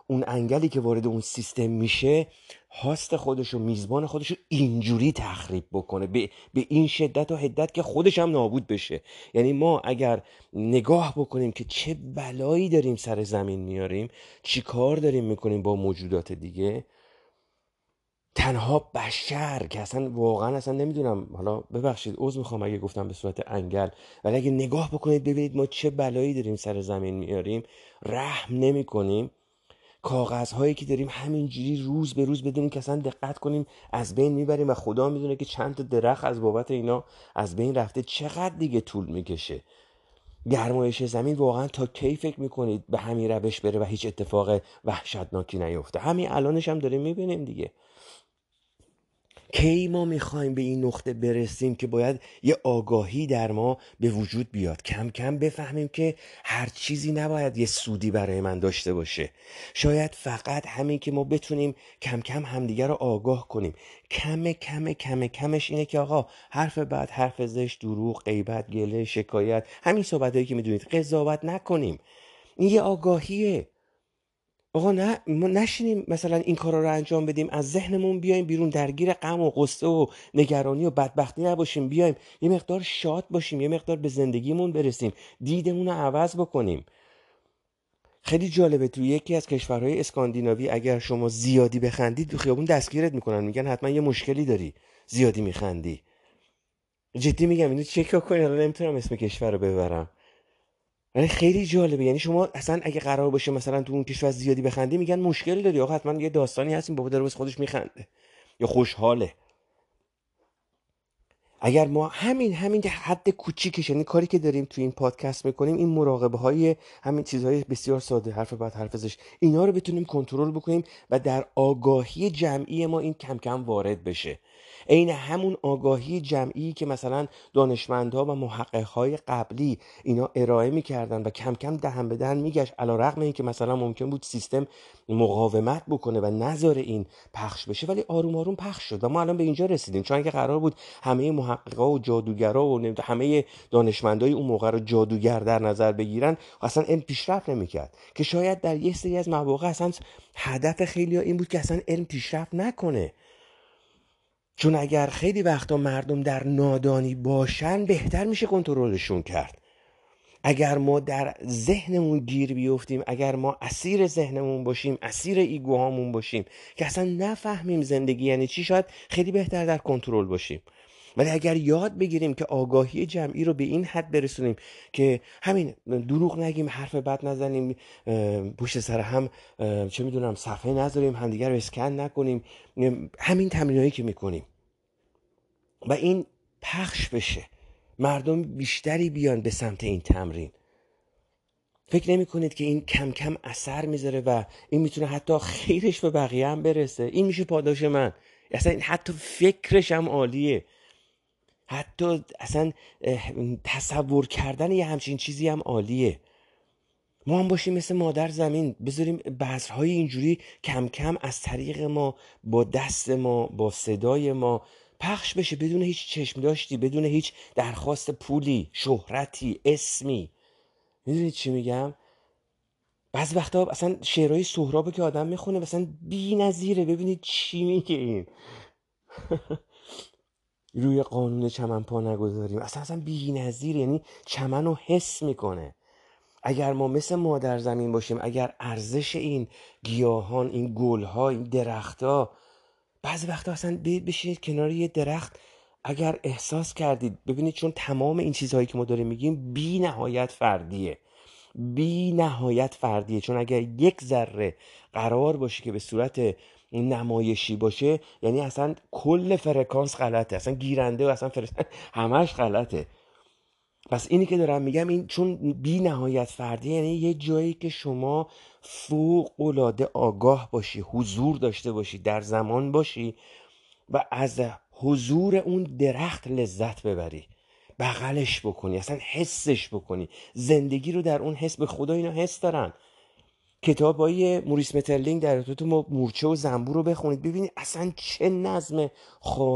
اون انگلی که وارد اون سیستم میشه هاست خودشو، میزبان خودشو اینجوری تخریب بکنه به, به این شدت و حدت که خودش هم نابود بشه. یعنی ما اگر نگاه بکنیم که چه بلایی داریم سر زمین میاریم، چی کار داریم میکنیم با موجودات دیگه، تنها بشر که اصلا واقعا اصلا نمیدونم، حالا ببخشید عذر میخوام اگه گفتم به صورت انگل، ولی اگه نگاه بکنید ببینید ما چه بلایی داریم سر زمین میاریم، رحم نمی کنیم. کاغذهایی که داریم همینجوری روز به روز بدونیم که اصلا دقت کنیم از بین میبریم و خدا میدونه که چند تا درخت از بابت اینا از بین رفته. چقدر دیگه طول میکشه؟ گرمایش زمین واقعا تا کی فکر میکنید به همین روش بره و هیچ اتفاق وحشتناکی نیفته؟ همین الانش هم داریم میبینیم دیگه. کی ما میخوایم به این نقطه برسیم که باید یه آگاهی در ما به وجود بیاد، کم کم بفهمیم که هر چیزی نباید یه سودی برای من داشته باشه. شاید فقط همین که ما بتونیم کم کم همدیگر رو آگاه کنیم. کم کم کم کمش اینه که آقا حرف بعد حرف زشت، دروغ، غیبت، گله، شکایت، همین صحبتایی که میدونید، قضاوت نکنیم. این یه آگاهیه. آقا نه، ما نشینیم مثلا این کارا رو انجام بدیم، از ذهنمون بیایم بیرون، درگیر غم و غصه و نگرانی و بدبختی نباشیم، بیایم یه مقدار شاد باشیم، یه مقدار به زندگیمون برسیم، دیدمون رو عوض بکنیم. خیلی جالبه توی یکی از کشورهای اسکاندیناوی اگر شما زیادی بخندید تو خیابون دستگیرت میکنن، میگن حتما یه مشکلی داری، زیادی میخندی. جدی میگم اینو چک کنین، الان نمیتونم اسم کشور رو ببرم. ولی خیلی جالبه. یعنی شما اصلا اگه قرار باشه مثلا تو اون کشور زیادی بخندی، میگن مشکل داری، آقا حتما یه داستانی هست، این بابا داره واسه خودش میخنده یا خوشحاله. اگر ما همین همین حد کوچیکش، یعنی کاری که داریم تو این پادکست میکنیم، این مراقبه های همین چیزهای بسیار ساده، حرف بعد حرف زش، اینا رو بتونیم کنترل بکنیم و در آگاهی جمعی ما این کم کم وارد بشه. عین همون آگاهی جمعی که مثلا دانشمندها و محققهای قبلی اینا ارائه میکردن و کم کم دهن به دهن میگشت، علیرغم اینکه مثلا ممکن بود سیستم مقاومت بکنه و نذاره این پخش بشه، ولی آروم آروم پخش شد و ما الان به اینجا رسیدیم. چون اگه قرار بود همه محققا و جادوگرا و همه دانشمندای اون موقع رو جادوگر در نظر بگیرن، اصلا علم پیشرفت نمیکرد. که شاید در یه سری از مواقع اصلا هدف خیلی‌ها این بود که اصلا علم پیشرفت نکنه. چون اگر خیلی وقتا مردم در نادانی باشن، بهتر میشه کنترلشون کرد. اگر ما در ذهنمون گیر بیفتیم، اگر ما اسیر ذهنمون باشیم، اسیر ایگوهامون باشیم که اصلا نفهمیم زندگی یعنی چی، شاید خیلی بهتر در کنترل باشیم. ولی اگر یاد بگیریم که آگاهی جمعی رو به این حد برسونیم که همین دروغ نگیم، حرف بد نزنیم، پشت سر هم چه میدونم صفحه نذاریم، همدیگر رو اسکن نکنیم، همین تمرینایی که میکنیم و این پخش بشه، مردم بیشتری بیان به سمت این تمرین. فکر نمی کنید که این کم کم اثر میذاره و این میتونه حتی خیرش به بقیه هم برسه؟ این میشه پاداش من. اصلا این حتی فکرش هم عالیه، حتی اصلا تصور کردن یه همچین چیزی هم عالیه. ما هم باشیم مثل مادر زمین، بذاریم بذرهای اینجوری کم کم از طریق ما، با دست ما، با صدای ما پخش بشه، بدون هیچ چشم داشتی، بدون هیچ درخواست پولی، شهرتی، اسمی. میدونید چی میگم؟ بعض وقتا اصلا شعرهای سهرابو که آدم میخونه مثلا بی نظیره، ببینید چی میگه این روی قانون چمن پا نگذاریم، اصلا اصلا بی نظیر، یعنی چمن رو حس میکنه. اگر ما مثل مادر زمین باشیم، اگر ارزش این گیاهان، این گلها، این درختها، بعضی وقتا اصلا بشینید کنار یه درخت، اگر احساس کردید، ببینید چون تمام این چیزهایی که ما داریم میگیم بی نهایت فردیه، بی نهایت فردیه. چون اگر یک ذره قرار باشه که به صورت نمایشی باشه، یعنی اصلا کل فرکانس غلطه، اصلا گیرنده و اصلا فرس... همش غلطه. پس اینی که دارم میگم، این چون بی نهایت فردی، یعنی یه جایی که شما فوق العاده آگاه باشی، حضور داشته باشی، در زمان باشی و از حضور اون درخت لذت ببری، بغلش بکنی، اصلا حسش بکنی، زندگی رو در اون حس. به خدا اینا حس دارن. کتابای موریس مترلینگ در ارتباط با مورچه و زنبور رو بخونید، ببینید اصلا چه نظم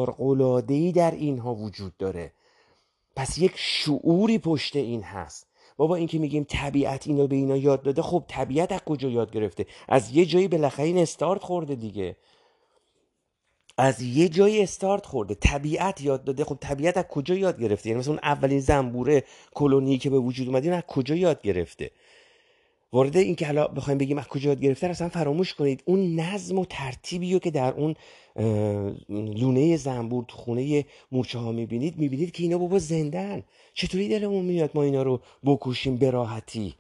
خارق‌العاده‌ای در اینها وجود داره. پس یک شعوری پشت این هست بابا این که میگیم طبیعت اینو به اینا یاد داده، خب طبیعت از کجا یاد گرفته؟ از یه جایی بالاخره این استارت خورده دیگه، از یه جایی استارت خورده، طبیعت یاد داده. خب طبیعت از کجا یاد گرفته؟ یعنی مثلا اون اولین زنبوره کلونی که به وجود اومد از کجا یاد گرفته؟ وارد این که حالا بخوایم بگیم از کجا یاد گرفته اصلا فراموش کنید. اون نظم و ترتیبی که در اون لونه زنبور تو خونه مورچه ها میبینید، میبینید که اینا بابا زندن. چطوری دلمون میاد ما اینا رو بکشیم به راحتی؟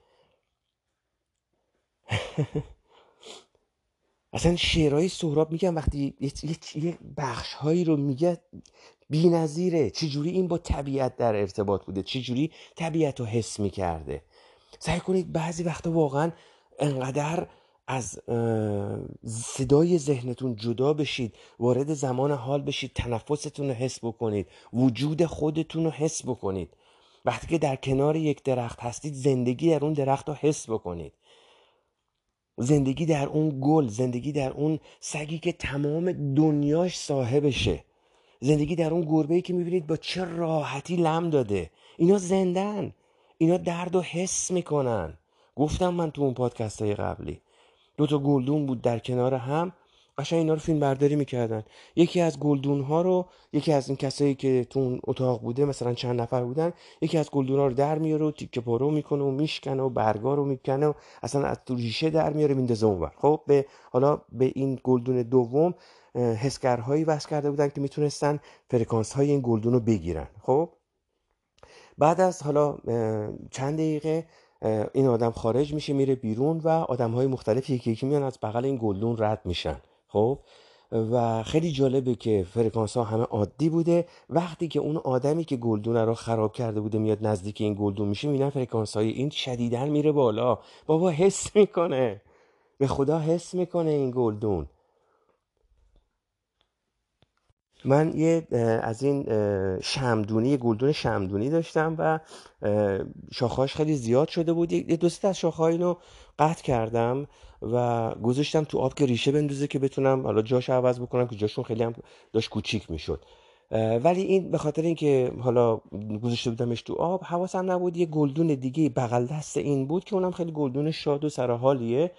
اصلا شعرهای سهراب میگن وقتی یه بخش هایی رو میگه بی نظیره، چجوری این با طبیعت در ارتباط بوده، چجوری طبیعت رو حس میکرده. سعی کنید بعضی وقتا واقعا انقدر از صدای ذهنتون جدا بشید، وارد زمان حال بشید، تنفستون رو حس بکنید، وجود خودتون رو حس بکنید. وقتی که در کنار یک درخت هستید، زندگی در اون درخت رو حس بکنید، زندگی در اون گل، زندگی در اون سگی که تمام دنیاش صاحبشه، زندگی در اون گربه‌ای که میبینید با چه راحتی لم داده. اینا زندن، اینا درد و حس میکنن. گفتم من تو اون پادکست های قبلی دو تا گلدون بود در کنار هم، قشنگ اینا رو فیلم برداری میکردن. یکی از گلدون ها رو، یکی از این کسایی که تو اون اتاق بوده، مثلا چند نفر بودن، یکی از گلدون ها رو در میاره و تیکه پارو میکنه و میشکنه و برگا رو میکنه و اصلا از تو ریشه در میاره میندازه اونور. خب به حالا به این گلدون دوم حسگرهایی وصل کرده بودن که میتونستن فرکانس های این گلدون رو بگیرن. خب بعد از حالا چند دقیقه این آدم خارج میشه، میره بیرون و آدم های مختلف یکی یکی میان از بغل این گلدون رد میشن. خب و خیلی جالبه که فرکانس ها همه عادی بوده. وقتی که اون آدمی که گلدون رو خراب کرده بوده میاد نزدیک این گلدون میشه، میبینن فرکانس های این شدیداً میره بالا. بابا حس میکنه، به خدا حس میکنه این گلدون. من یه از این شمدونی، گلدون شمدونی داشتم و شاخهاش خیلی زیاد شده بود. یه دوست از شاخه‌ها اینو قطع کردم و گذاشتم تو آب که ریشه بندازه که بتونم حالا جاش عوض بکنم، که جاشون خیلی هم داشت کوچیک میشد. ولی این به خاطر اینکه حالا گذاشته بودمش تو آب، حواسم نبود یه گلدون دیگه بغل دست این بود که اونم خیلی گلدون شاد و سرحالیه.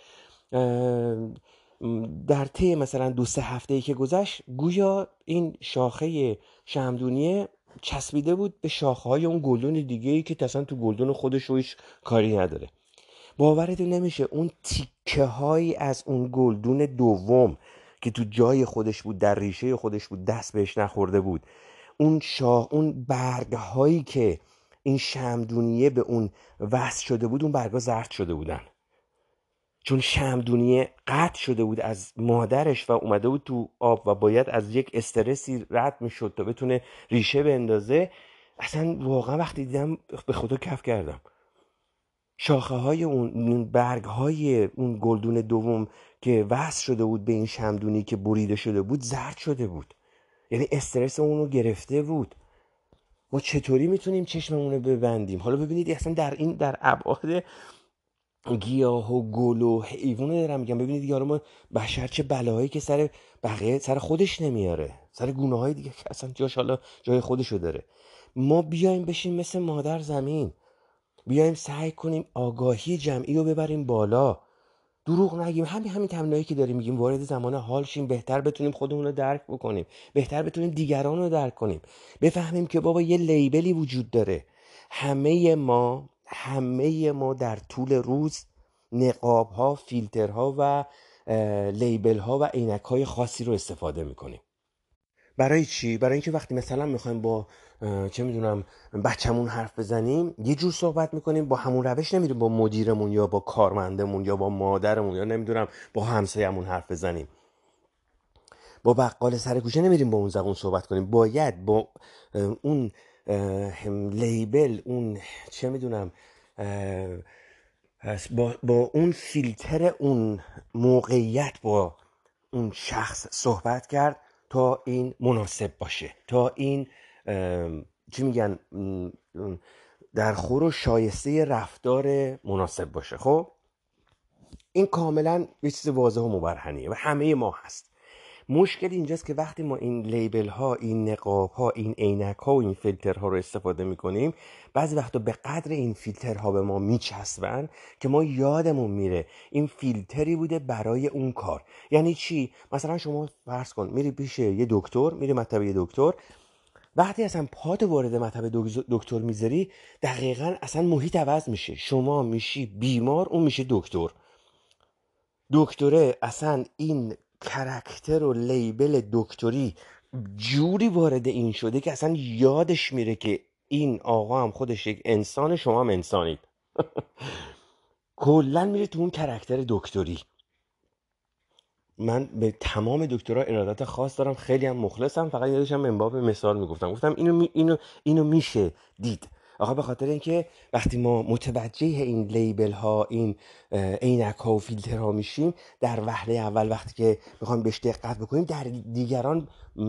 در طی مثلا دو سه هفته‌ای که گذشت، گویا این شاخه شمدونیه چسبیده بود به شاخه‌های اون گلدون دیگه‌ای که اصلا تو گلدون خودش رو هیچ کاری نداره. باورتون نمیشه اون تیکه هایی از اون گلدون دوم که تو جای خودش بود، در ریشه خودش بود، دست بهش نخورده بود، اون شاخ، اون برگ هایی که این شمدونیه به اون وصل شده بود، اون برگا زرد شده بودن، چون شمدونیه قطع شده بود از مادرش و اومده بود تو آب و باید از یک استرسی رد میشد تا بتونه ریشه بندازه. اصلا واقعا وقتی دیدم به خدا کف کردم. شاخه های اون، برگ های اون گلدون دوم که وصل شده بود به این شمدونی که بریده شده بود، زرد شده بود. یعنی استرس اونو گرفته بود. ما چطوری میتونیم چشممون رو ببندیم؟ حالا ببینید اصلا در این در ابعاد گیاه و گل و حیوانه دارم میگم. ببینید یارو ما بشر چه بلاهایی که سر بقیه سر خودش نمیاره، سر گناه های دیگه که اصلا جاش حالا جای خودشو داره. ما بیایم بشیم مثل مادر زمین، بیایم سعی کنیم آگاهی جمعی رو ببریم بالا، دروغ نگیم. همین همین تمنایی که داریم میگیم، وارد زمان حال شیم، بهتر بتونیم خودمون رو درک بکنیم، بهتر بتونیم دیگران رو درک کنیم، بفهمیم که بابا یه لیبلی وجود داره. همه ما همه ما در طول روز نقاب ها، فیلتر ها و لیبل ها و عینک های خاصی رو استفاده میکنیم. برای چی؟ برای اینکه وقتی مثلا میخوایم با چه میدونم بچه‌مون حرف بزنیم، یه جور صحبت میکنیم، با همون روش نمیریم با مدیرمون یا با کارمندمون یا با مادرمون یا نمیدونم با همسایه‌مون حرف بزنیم. با بقال سر کوچه نمیریم با اون زبون صحبت کنیم. باید با اون لیبل، اون چه میدونم با, با اون فیلتر اون موقعیت با اون شخص صحبت کرد تا این مناسب باشه، تا این چی میگن در خور و شایسته رفتار مناسب باشه. خب این کاملا یه چیز واضح و مبرهنیه و همه ما هست. مشکل اینجاست که وقتی ما این لیبل ها، این نقاب ها، این عینک ها و این فیلترها رو استفاده میکنیم، بعضی وقتا به قدر این فیلترها به ما میچسبن که ما یادمون میره این فیلتری بوده برای اون کار. یعنی چی؟ مثلا شما فرض کن میری پیش یه دکتر، میری مطب یه دکتر، وقتی اصلا پات وارد مطب دکتر میذاری، دقیقاً اصلا محیط عوض میشه. شما میشی بیمار، اون میشه دکتر. دکتره اصلا این کرکتر و لیبل دکتری جوری وارد این شده که اصلا یادش میره که این آقا هم خودش یک انسان، شما هم انسانید. کلا میره تو اون کرکتر دکتری. من به تمام دکترها ارادت خاص دارم، خیلی هم مخلصم. فقط یادشم من باب مثال میگفتم، گفتم اینو می اینو اینو میشه دید. آخه به خاطر اینکه وقتی ما متوجه این لیبل ها، این عینک ها و فیلتر ها میشیم، در وهله اول وقتی که میخوایم بهش دقت بکنیم، در دیگران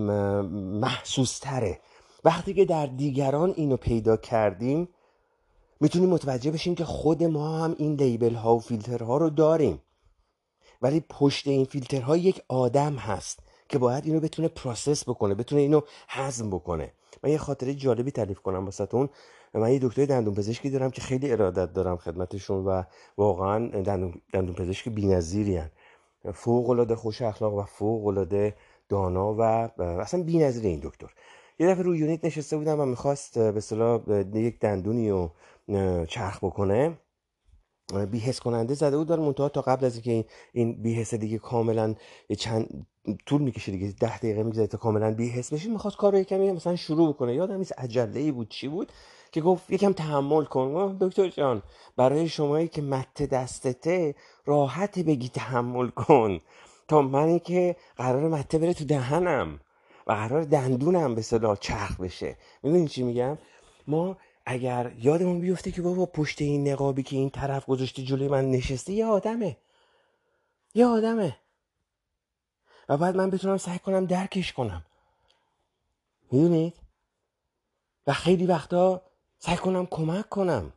محسوس تره. وقتی که در دیگران اینو پیدا کردیم، میتونیم متوجه بشیم که خود ما هم این لیبل ها و فیلتر ها رو داریم، ولی پشت این فیلترها یک آدم هست که باید اینو بتونه پروسس بکنه، بتونه اینو هضم بکنه. من یه خاطره جالبی تعریف کنم واسهتون. من یه دکتر دندون پزشکی دارم که خیلی ارادت دارم خدمتشون و واقعا دندون, دندون پزشک بی‌نظیری هستن. فوق العاده خوش اخلاق و فوق العاده دانا و اصلا بی‌نظیر این دکتر. یه دفعه روی یونیت نشسته بودم و میخواست به اصطلاح یک دندونی رو چرخ بکنه. بی‌حس کننده زده بود داره، منتها تا قبل از اینکه این بی‌حس دیگه کاملا چند طول میکشه دیگه، ده دقیقه میگذره تا کاملا بی‌حس بشه، میخواست کارو یکم مثلا شروع بکنه. یادم نیست عجله‌ای بود چی بود که گفت یکم تحمل کن. دکتر جان، برای شمایی که مت دستته راحت بگی تحمل کن، تا منی که قرار مته بره تو دهنم و قرار دندونم به اصطلاح چرخ بشه. میدونی چی میگم؟ ما اگر یادمون بیفته که بابا پشت این نقابی که این طرف گذاشته جلوی من نشسته یه آدمه، یه آدمه و بعد من بتونم سعی کنم درکش کنم. میدونید؟ و خیلی وقتا سعی کنم کمک کنم،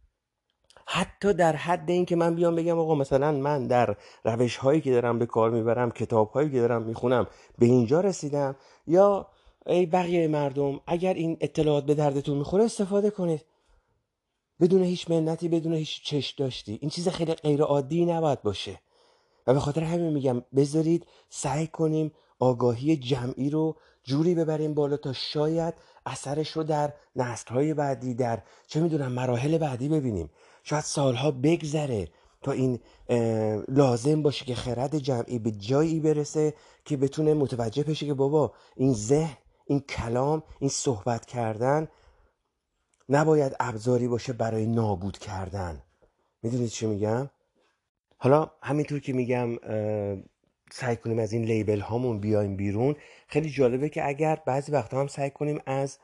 حتی در حد این که من بیام بگم آقا مثلا من در روش هایی که دارم به کار میبرم، کتاب هایی که دارم میخونم، به اینجا رسیدم، یا ای بقیه مردم اگر این اطلاعات به دردتون میخوره استفاده کنید، بدون هیچ منتی، بدون هیچ چش داشتی. این چیز خیلی غیر عادی نباید باشه و به خاطر همین میگم بذارید سعی کنیم آگاهی جمعی رو جوری ببریم بالا تا شاید اثرش رو در نسل‌های بعدی، در چه میدونم مراحل بعدی ببینیم. شاید سالها بگذره تا این لازم باشه که خرد جمعی به جایی برسه که بتونه متوجه بشه که بابا این ذهن، این کلام، این صحبت کردن نباید ابزاری باشه برای نابود کردن. میدونید چی میگم؟ حالا همینطور که میگم سعی کنیم از این لیبل هامون بیایم بیرون. خیلی جالبه که اگر بعضی وقتا هم سعی کنیم از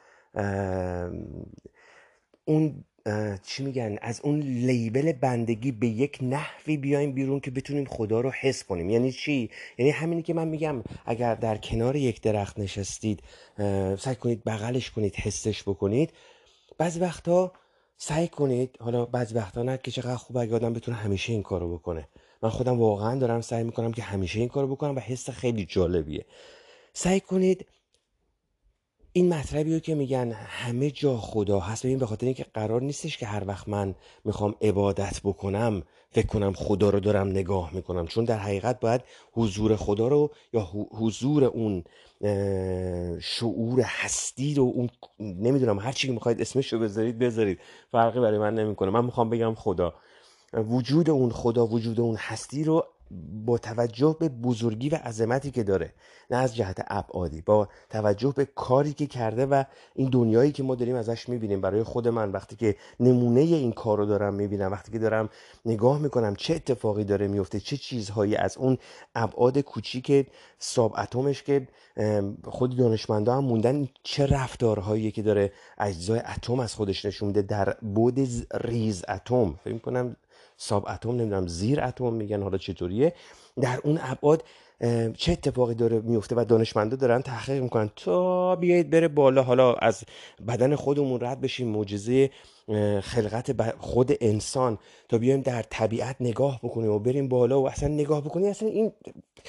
اون چی میگن از اون لیبل بندگی به یک نحوی بیایم بیرون که بتونیم خدا رو حس کنیم. یعنی چی؟ یعنی همینی که من میگم اگر در کنار یک درخت نشستید، سعی کنید بغلش کنید، حسش بکنید. بعضی وقتا سعی کنید، حالا بعضی وقتا نه که چقدر خوبه اگه آدم بتونه همیشه این کارو بکنه. من خودم واقعا دارم سعی میکنم که همیشه این کارو بکنم و حس خیلی جالبیه. سعی کنید این مطلبی رو که میگن همه جا خدا هست، ببین به خاطر اینکه قرار نیستش که هر وقت من میخوام عبادت بکنم فکر کنم خدا رو دارم نگاه میکنم، چون در حقیقت باید حضور خدا رو یا حضور اون شعور هستی رو، اون نمیدونم هر چی که میخواید اسمش رو بذارید بذارید، فرقی برای من نمیکنه. من میخوام بگم خدا، وجود اون خدا، وجود اون هستی رو با توجه به بزرگی و عظمتی که داره، نه از جهت ابعادی، با توجه به کاری که کرده و این دنیایی که ما داریم ازش میبینیم. برای خود من وقتی که نمونه این کار رو دارم میبینم، وقتی که دارم نگاه میکنم چه اتفاقی داره میفته، چه چیزهایی از اون ابعاد کوچیک ساب اتمش که خود دانشمندا هم موندن، چه رفتارهایی که داره اجزای اتم از خودش نشون میده در بعد ریز اتم، فکر میکنم ساب اتم، نمیدونم زیر اتم میگن، حالا چطوریه، در اون ابعاد چه اتفاقی داره میفته و دانشمندا دارن تحقیق میکنن تا بیایید بره بالا، حالا از بدن خودمون رد بشیم، معجزه خلقت خود انسان، تا بیایم در طبیعت نگاه بکنیم و بریم بالا و اصلا نگاه بکنیم. اصلا این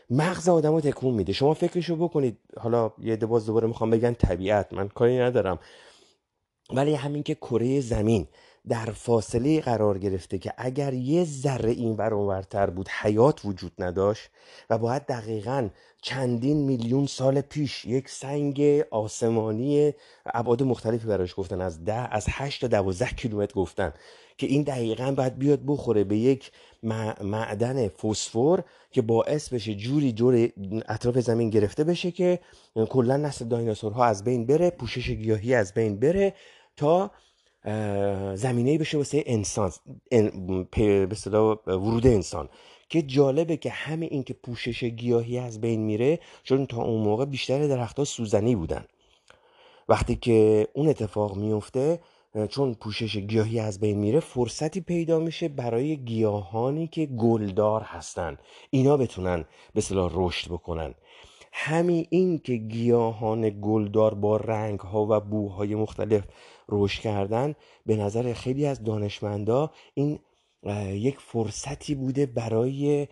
مغز آدمو تکون میده. شما فکرشو بکنید، حالا یه عده باز دوباره میخوام بگن طبیعت، من کاری ندارم، ولی همین که کره زمین در فاصله قرار گرفته که اگر یه ذره این ور اونورتر بود حیات وجود نداشت و باید دقیقاً چندین میلیون سال پیش یک سنگ آسمانی ابعاد مختلفی براش گفتن، از ده از هشت تا دوازده کیلومتر گفتن که این دقیقاً باید بیاد بخوره به یک معدن فسفر که باعث بشه جوری دور اطراف زمین گرفته بشه که کلا نسل دایناسورها از بین بره، پوشش گیاهی از بین بره، تا زمینه‌ای بشه واسه انسان، به اصطلاح ورود انسان. که جالبه که همه این که پوشش گیاهی از بین میره، چون تا اون موقع بیشتر درخت‌ها سوزنی بودن، وقتی که اون اتفاق میفته چون پوشش گیاهی از بین میره، فرصتی پیدا میشه برای گیاهانی که گلدار هستن اینا بتونن به اصطلاح رشد بکنن. همین این که گیاهان گلدار با رنگ ها و بوهای مختلف رشد کردن، به نظر خیلی از دانشمندا این یک فرصتی بوده برای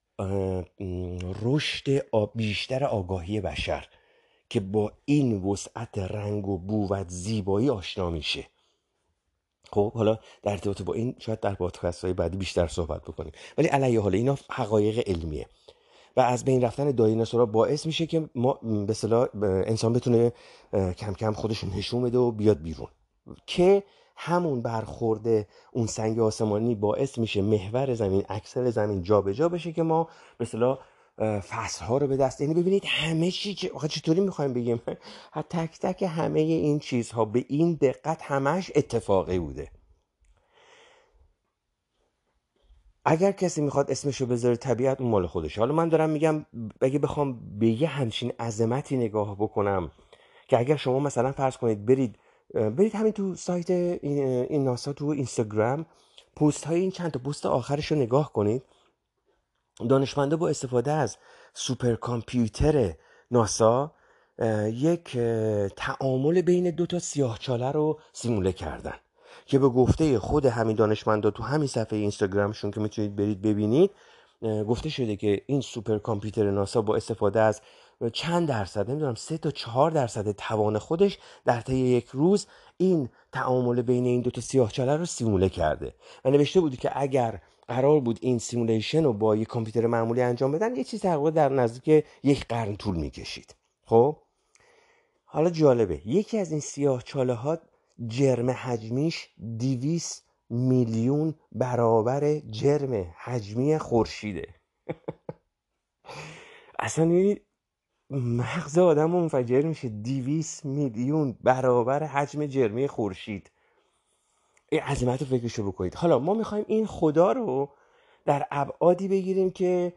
رشد بیشتر آگاهی بشر که با این وسعت رنگ و بو و زیبایی آشنا میشه. خب حالا در ارتباط با این شاید در پادکست های بعدی بیشتر صحبت بکنیم، ولی علیه حال اینا حقایق علمیه و از بین رفتن دایناسورها باعث میشه که ما به اصطلاح انسان بتونه کم کم خودش نشون بده و بیاد بیرون، که همون برخورده اون سنگ آسمانی باعث میشه محور زمین، اکسل زمین جابجا بشه که ما به اصطلاح فصلها رو به دست. یعنی ببینید همه چی چه آخه چطوری میخوایم بگیم تک تک همه این چیزها به این دقت همش اتفاقی بوده. اگر کسی میخواد اسمشو بذاره طبیعت، اون مال خودشه. حالا من دارم میگم اگه بخوام به یه همچین عظمتی نگاه بکنم که اگر شما مثلا فرض کنید برید برید همین تو سایت این ناسا تو اینستاگرام پست های این چند تا پست آخرش رو نگاه کنید، دانشمندا با استفاده از سوپر کامپیوتر ناسا یک تعامل بین دو تا سیاهچاله رو سیموله کردن که به گفته خود همین دانشمندا تو همین صفحه اینستاگرامشون که میتونید برید ببینید گفته شده که این سوپر کامپیوتر ناسا با استفاده از چند درصد، نمیدونم سه تا چهار درصد توان خودش در طی یک روز این تعامل بین این دو تا سیاهچاله رو سیموله کرده و نوشته بود که اگر قرار بود این سیمولیشن رو با یک کامپیوتر معمولی انجام بدن، یه چیز تقریبا در نزدیک یک قرن طول میکشید. خب حالا جالبه یکی از این سیاهچاله ها جرم حجمیش دویست میلیون برابر جرم حجمی خورشیده. اصلا این مغز آدم منفجر میشه، دویست میلیون برابر حجم جرمی خورشید. این عظمت رو فکرشو بکنید. حالا ما میخوایم این خدا رو در ابعادی بگیریم که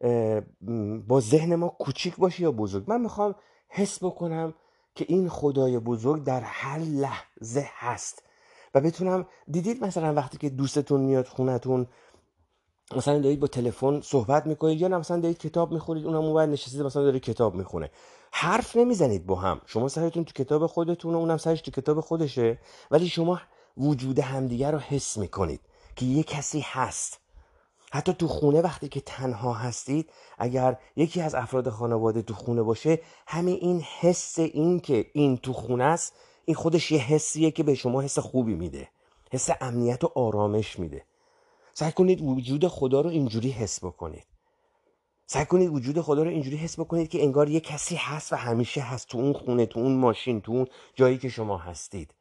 با ذهن ما کوچیک باشه یا بزرگ. من میخوام حس بکنم که این خدای بزرگ در هر لحظه هست و بتونم، دیدید مثلا وقتی که دوستتون میاد خونتون، مثلا دارید با تلفن صحبت میکنید یا نه مثلا دارید کتاب میخونید، اونم اونور نشستید مثلا داره کتاب میخونه، حرف نمیزنید با هم، شما سرتون تو کتاب خودتون و اونم سرش تو کتاب خودشه، ولی شما وجود همدیگه رو حس میکنید که یه کسی هست. حتی تو خونه وقتی که تنها هستید، اگر یکی از افراد خانواده تو خونه باشه، همین این حس این که این تو خونه است، این خودش یه حسیه که به شما حس خوبی میده، حس امنیت و آرامش میده. سعی کنید وجود خدا رو اینجوری حس بکنید. سعی کنید وجود خدا رو اینجوری حس بکنید که انگار یه کسی هست و همیشه هست تو اون خونه، تو اون ماشین، تو اون جایی که شما هستید.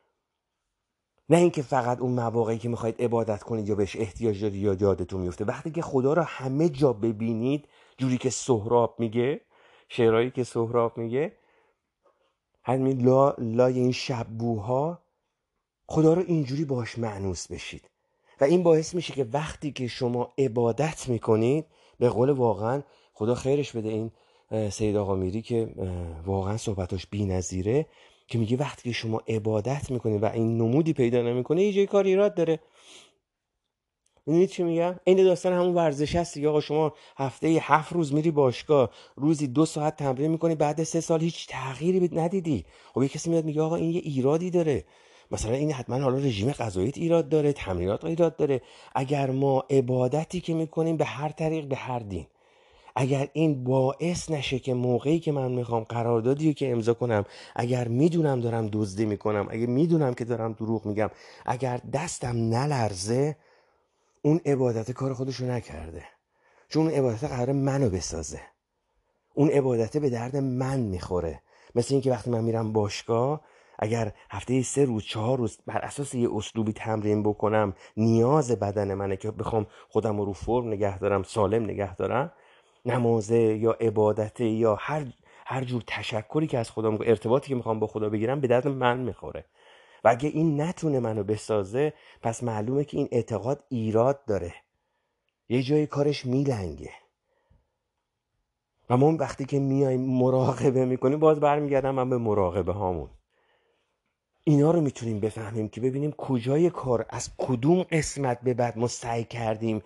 نه اینکه فقط اون مواقعی که میخواید عبادت کنید یا بهش احتیاج دارید یا یادتون میفته. وقتی که خدا رو همه جا ببینید، جوری که سهراب میگه، شعرهایی که سهراب میگه، همین لا لای این شبوها، خدا رو اینجوری باش مأنوس بشید و این باعث میشه که وقتی که شما عبادت میکنید، به قول واقعا خدا خیرش بده این سید آقا میری که واقعا صحبتاش بی‌نظیره، که میگه وقتی که شما عبادت میکنید و این نمودی پیدا نمیکنه، یه جای کار ایراد داره. میدونید چی میگم؟ این داستان همون ورزش هست دیگه. آقا شما هفته هفت روز میری باشگاه، روزی دو ساعت تمرین میکنی، بعد سه سال هیچ تغییری ندیدی. خب یه کسی میاد میگه آقا این یه ایرادی داره، مثلا این حتما حالا رژیم غذاییت ایراد داره، تمرینات ایراد داره. اگر ما عبادتی که میکنیم به هر طریق، به هر دین، اگر این باعث نشه که موقعی که من میخوام قراردادی رو که امضا کنم، اگر میدونم دارم دزدی میکنم، اگر میدونم که دارم دروغ میگم، اگر دستم نلرزه، اون عبادت کار خودشو نکرده. چون اون عبادت قراره منو بسازه، اون عبادت به درد من میخوره. مثل این که وقتی من میرم باشگاه، اگر هفته سه روز چهار روز بر اساس یه اسلوبی تمرین بکنم، نیاز بدن منه که بخوام خودم رو رو فرم نگه دارم، سالم نگه دارم، نمازه یا عبادت یا هر هر جور تشکری که از خودم، ارتباطی که میخوام با خدا بگیرم، به درد من میخوره. و اگه این نتونه منو بسازه، پس معلومه که این اعتقاد ایراد داره، یه جای کارش میلنگه. و ما وقتی که میایم مراقبه میکنیم، باز برمیگردم من به مراقبه هامون، اینا رو میتونیم بفهمیم که ببینیم کجای کار، از کدوم قسمت به بعد ما سعی کردیم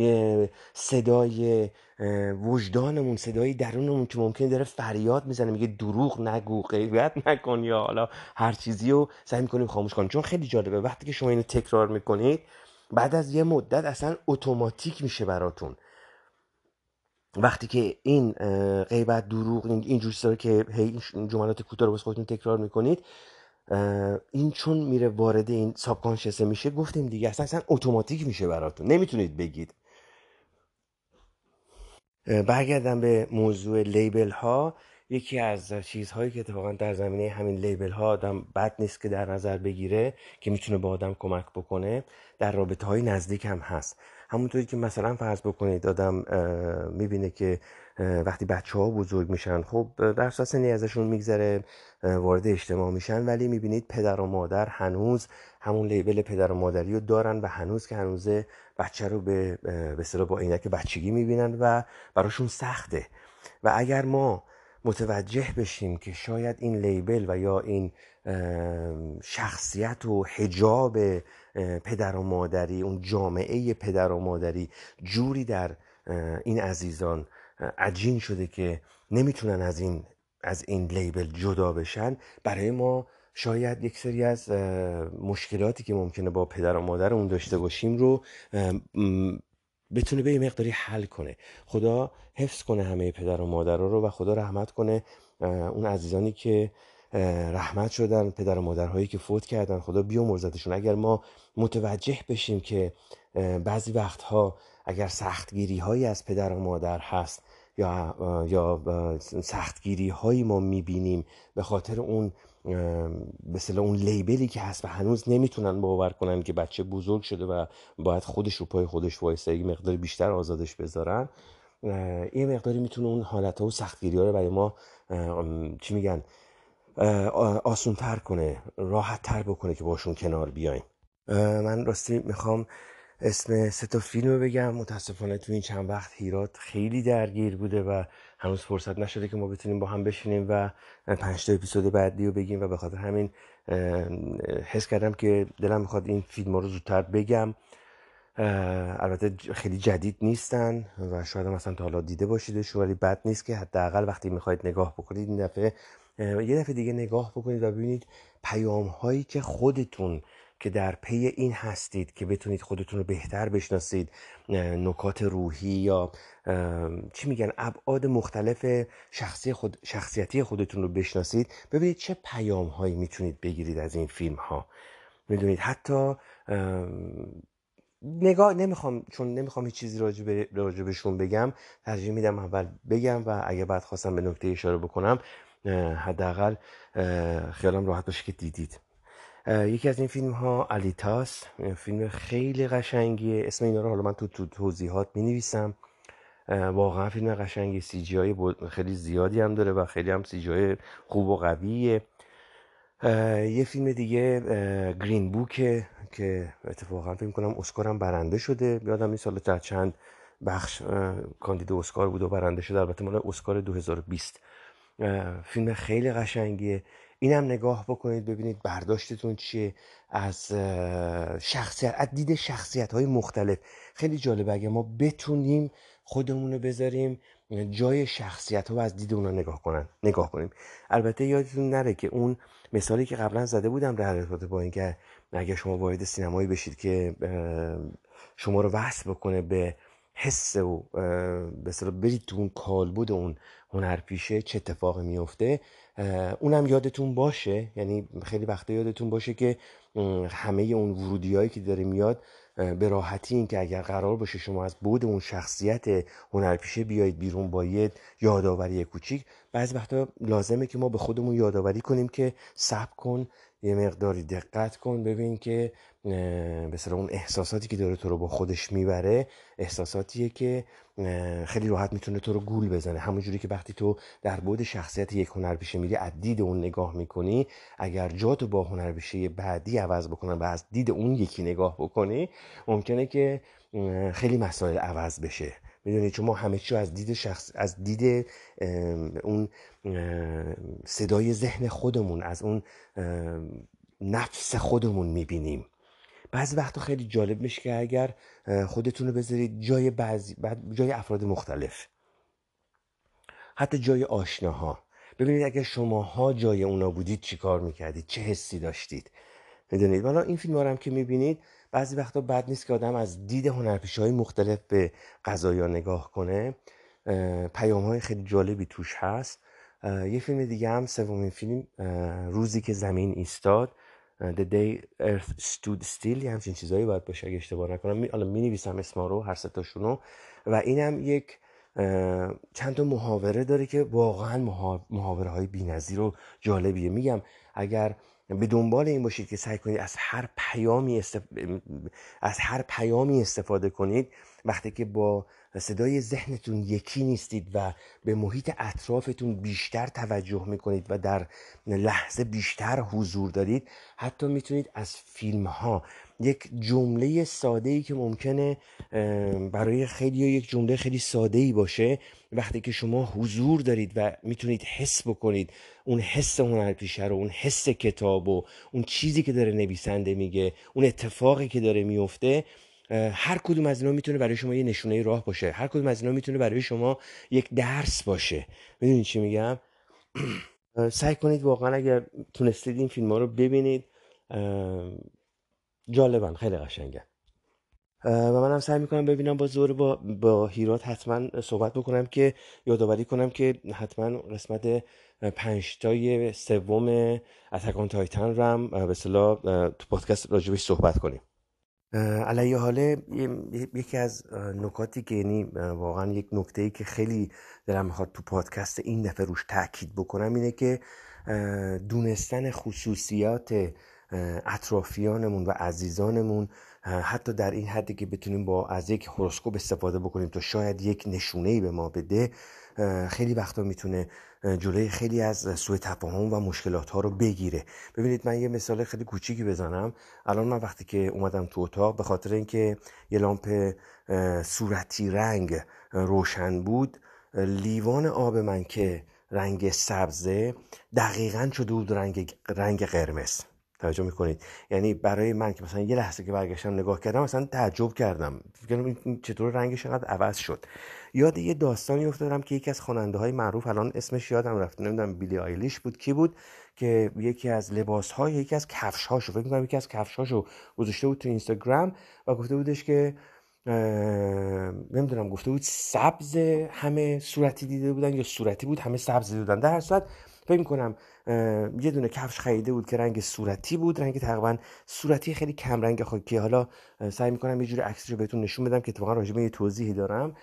صدای وجدانمون، صدای درونمون که ممکنه داره فریاد میزنه میگه دروغ نگو، غیبت نکن، یا حالا هر چیزی رو سعی میکنیم خاموش کنیم. چون خیلی جالبه وقتی که شما اینو تکرار میکنید، بعد از یه مدت اصلا اتوماتیک میشه براتون. وقتی که این غیبت، دروغ، این اینجور چیزا که هی این جملات کوتاه رو واسه خودتون تکرار میکنید، این چون میره وارد این ساب کانشس میشه، گفتیم دیگه اصلا اصلا اتوماتیک میشه براتون، نمیتونید بگید. برگردم به موضوع لیبل ها. یکی از چیزهایی که اتفاقا در زمینه همین لیبل ها آدم بد نیست که در نظر بگیره که میتونه به آدم کمک بکنه، در رابطه های نزدیک هم هست. همونطوری که مثلا فرض بکنید آدم میبینه که وقتی بچه ها بزرگ میشن، خب در اساس سنی ازشون میگذره، وارد اجتماع میشن، ولی میبینید پدر و مادر هنوز همون لیبل پدر و مادری رو دارن و هنوز که هنوزه بچه رو به به اصطلاح با عینک بچگی میبینن و براشون سخته. و اگر ما متوجه بشیم که شاید این لیبل و یا این شخصیت و حجاب پدر و مادری، اون جامعه پدر و مادری جوری در این عزیزان عجین شده که نمیتونن از این از این لیبل جدا بشن، برای ما شاید یک سری از مشکلاتی که ممکنه با پدر و مادر اون داشته باشیم رو بتونه به یه مقداری حل کنه. خدا حفظ کنه همه پدر و مادر رو و خدا رحمت کنه اون عزیزانی که رحمت شدن، پدر و مادرهایی که فوت کردن، خدا بیامرزتشون. اگر ما متوجه بشیم که بعضی وقتها اگر سختگیری هایی از پدر و مادر هست یا یا سختگیری هایی ما میبینیم به خاطر اون مثلا اون لیبلی که هست و هنوز نمیتونن باور کنن که بچه بزرگ شده و باید خودش رو پای خودش وایسه، یه مقدار بیشتر آزادش بذارن، این مقداری میتونه اون حالتها و سختگیری ها رو برای ما چی میگن آسون تر کنه، راحت تر بکنه که باشون کنار بیایم. من راستی میخوام اسم سه تا فیلم رو بگم. متاسفانه تو این چند وقت هیرات خیلی درگیر بوده و هنوز فرصت نشده که ما بتونیم با هم بشینیم و پنج تا اپیزود بعدی رو بگیم و به خاطر همین حس کردم که دلم میخواد این فیلم رو زودتر بگم. البته خیلی جدید نیستن و شاید هم مثلا تا حالا دیده باشیدشون، ولی بد نیست که حداقل وقتی میخواید نگاه بکنید این دفعه یه دفعه دیگه نگاه بکنید و ببینید پیام هایی که خودتون که در پی این هستید که بتونید خودتون رو بهتر بشناسید، نکات روحی یا چی میگن ابعاد مختلف شخصی خود شخصیتی خودتون رو بشناسید، ببینید چه پیام هایی میتونید بگیرید از این فیلم ها. میدونید حتی نگاه نمیخوام چون نمیخوام هیچ چیزی راجع راجبشون بگم، ترجیح میدم اول بگم و اگه بعد خواستم به نکته اشاره بکنم حداقل خیالم راحت باشه که دیدید. یکی از این فیلم ها الیتاس، فیلم خیلی قشنگیه. اسم اینا رو حالا من تو, تو توضیحات می نویسم. واقعا فیلم قشنگی، سی جی آی خیلی زیادی هم داره و خیلی هم سی جی آی خوب و قویه. یه فیلم دیگه گرین بوکه که اتفاقا فکر کنم اسکار هم برنده شده، یادم این سال در چند بخش کاندید اسکار بود و برنده شده، البته مال اسکار دو هزار و بیست. فیلم خیلی قشنگیه، اینم نگاه بکنید ببینید برداشتتون چیه از شخصیت، از دید شخصیت های مختلف. خیلی جالبه اگه ما بتونیم خودمون رو بذاریم جای شخصیت ها و از دید اونا نگاه کنن نگاه کنیم. البته یادتون نره که اون مثالی که قبلا زده بودم در ارتباط با این که اگه شما وارد سینمایی بشید که شما رو وصل بکنه به حس و به اصطلاح برید تو اون کالبد اون هنرپیشه چه اتفاقی میفته، اونم یادتون باشه. یعنی خیلی وقتا یادتون باشه که همه اون ورودیایی که داره میاد به راحتی، این که اگر قرار باشه شما از بعد اون شخصیت هنرپیشه بیایید بیرون با یه یادآوری کوچیک، بعضی وقتا لازمه که ما به خودمون یادآوری کنیم که صبر کن، یه مقداری دقت کن، ببین که به اصطلاح اون احساساتی که داره تو رو با خودش میبره احساساتیه که خیلی راحت میتونه تو رو گول بزنه. همونجوری که وقتی تو در بعد شخصیت یک هنرپیشه میری از دید اون نگاه میکنی، اگر جا تو با هنرپیشه بعدی عوض بکنن و از دید اون یکی نگاه بکنی، ممکنه که خیلی مسائل عوض بشه. میدونی چون ما همه چی از دید شخص، از دید اون صدای ذهن خودمون، از اون نفس خودمون میبینیم. بعضی وقتا خیلی جالب میشه که اگر خودتون رو بذارید جای بعضی جای افراد مختلف، حتی جای آشناها، ببینید اگر شماها جای اونا بودید چی کار میکردید، چه حسی داشتید. میدونید حالا این فیلم ها رو هم که میبینید بعضی وقتا بد نیست که آدم از دید هنرپیشه‌های مختلف به قضایا نگاه کنه. پیام های خیلی جالبی توش هست. یه فیلم دیگه هم، سومین فیلم، روزی که زمین ایستاد، The Day Earth Stood Still، یه همچین چیزایی باید باشه اگه اشتباه نکنم. حالا می نویسم اسما رو، هر ستاشونو. و اینم یک چند تا محاوره داره که واقعا محاوره های بی‌نظیر و جالبیه. میگم اگر به دنبال این باشید که سعی کنید از هر پیامی استف... از هر پیامی استفاده کنید، وقتی که با صدای ذهنتون یکی نیستید و به محیط اطرافتون بیشتر توجه میکنید و در لحظه بیشتر حضور دارید، حتی میتونید از فیلم ها یک جمله ساده‌ای که ممکنه برای خیلی یک جمله خیلی ساده‌ای باشه، وقتی که شما حضور دارید و میتونید حس بکنید اون حس هنرپیشه رو، اون حس کتاب و اون چیزی که داره نویسنده میگه، اون اتفاقی که داره میفته، هر کدوم از اینا میتونه برای شما یه نشونه راه باشه. هر کدوم از اینا میتونه برای شما یک درس باشه. میدونید چی میگم؟ سعی کنید واقعا اگر تونستید این فیلم ها رو ببینید، جالبن، خیلی قشنگن. و منم سعی میکنم ببینم با زور با با هیرات حتما صحبت بکنم که یادآوری کنم که حتما قسمت پنج تای سوم اتک آن تایتن رو هم به اصطلاح تو پادکست راجبش صحبت کنیم. علیه حاله یکی از نکاتی که یعنی واقعا یک نکته‌ای که خیلی دلم میخواد تو پادکست این دفعه روش تاکید بکنم اینه که دونستن خصوصیات اطرافیانمون و عزیزانمون، حتی در این حدی که بتونیم با از یک هوروسکوپ استفاده بکنیم تا شاید یک نشونه‌ای به ما بده، خیلی وقتا میتونه جلوی خیلی از سوء تفاهم و مشکلات ها رو بگیره. ببینید من یه مثال خیلی کوچیکی بزنم. الان من وقتی که اومدم تو اتاق، به خاطر اینکه یه لامپ صورتی رنگ روشن بود، لیوان آب من که رنگ سبزه دقیقاً شده بود رنگ رنگ قرمز. توجه میکنید؟ یعنی برای من که مثلا یه لحظه که برگشتم نگاه کردم مثلا تعجب کردم، فکر کردم این چطور رنگش انقدر عوض شد. یاد یه داستانی افتادم که یکی از خواننده های معروف، الان اسمش یادم رفت، نمیدونم بیلی آیلیش بود کی بود، که یکی از لباس های یکی از کفش هاشو، فکر می‌کنم یکی از کفش هاشو گذاشته بود تو اینستاگرام و گفته بودش که نمیدونم گفته بود سبز همه صورتی دیده بودن یا صورتی بود همه سبز دیده بودن. در هر صورت فکر می‌کنم یه دونه کفش خریده بود که رنگ صورتی بود، رنگ تقریبا صورتی خیلی کم رنگ خاکی. حالا سعی می‌کنم یه جوری عکسشو بهتون نشون بدم که اتفاقا راجع به یه توضیحی دارم.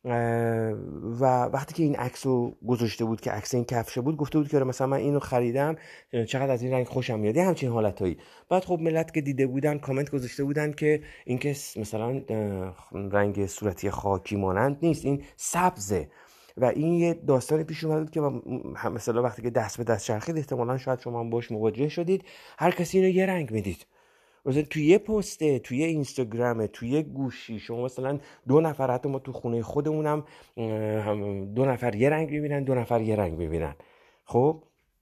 و وقتی که این عکسو گذاشته بود که عکس این کفشه بود، گفته بود که مثلا من اینو خریدم، چقدر از این رنگ خوشم میاد، یه همچین حالتایی. بعد خب ملت که دیده بودن کامنت گذاشته بودن که این که مثلا رنگ صورتی خاکی مانند نیست، این سبزه. و این یه داستانی پیش اومد بود که مثلا وقتی که دست به دست چرخید، احتمالاً شاید شما هم باش مواجه شدید، هر کسی اینو یه رنگ میدید. مثلا توی یه پسته، توی یه اینستاگرامه، توی یه گوشی، شما مثلا دو نفر، حتی ما تو خونه خودمونم دو نفر یه رنگ میبینن، دو نفر یه رنگ میبینن. خب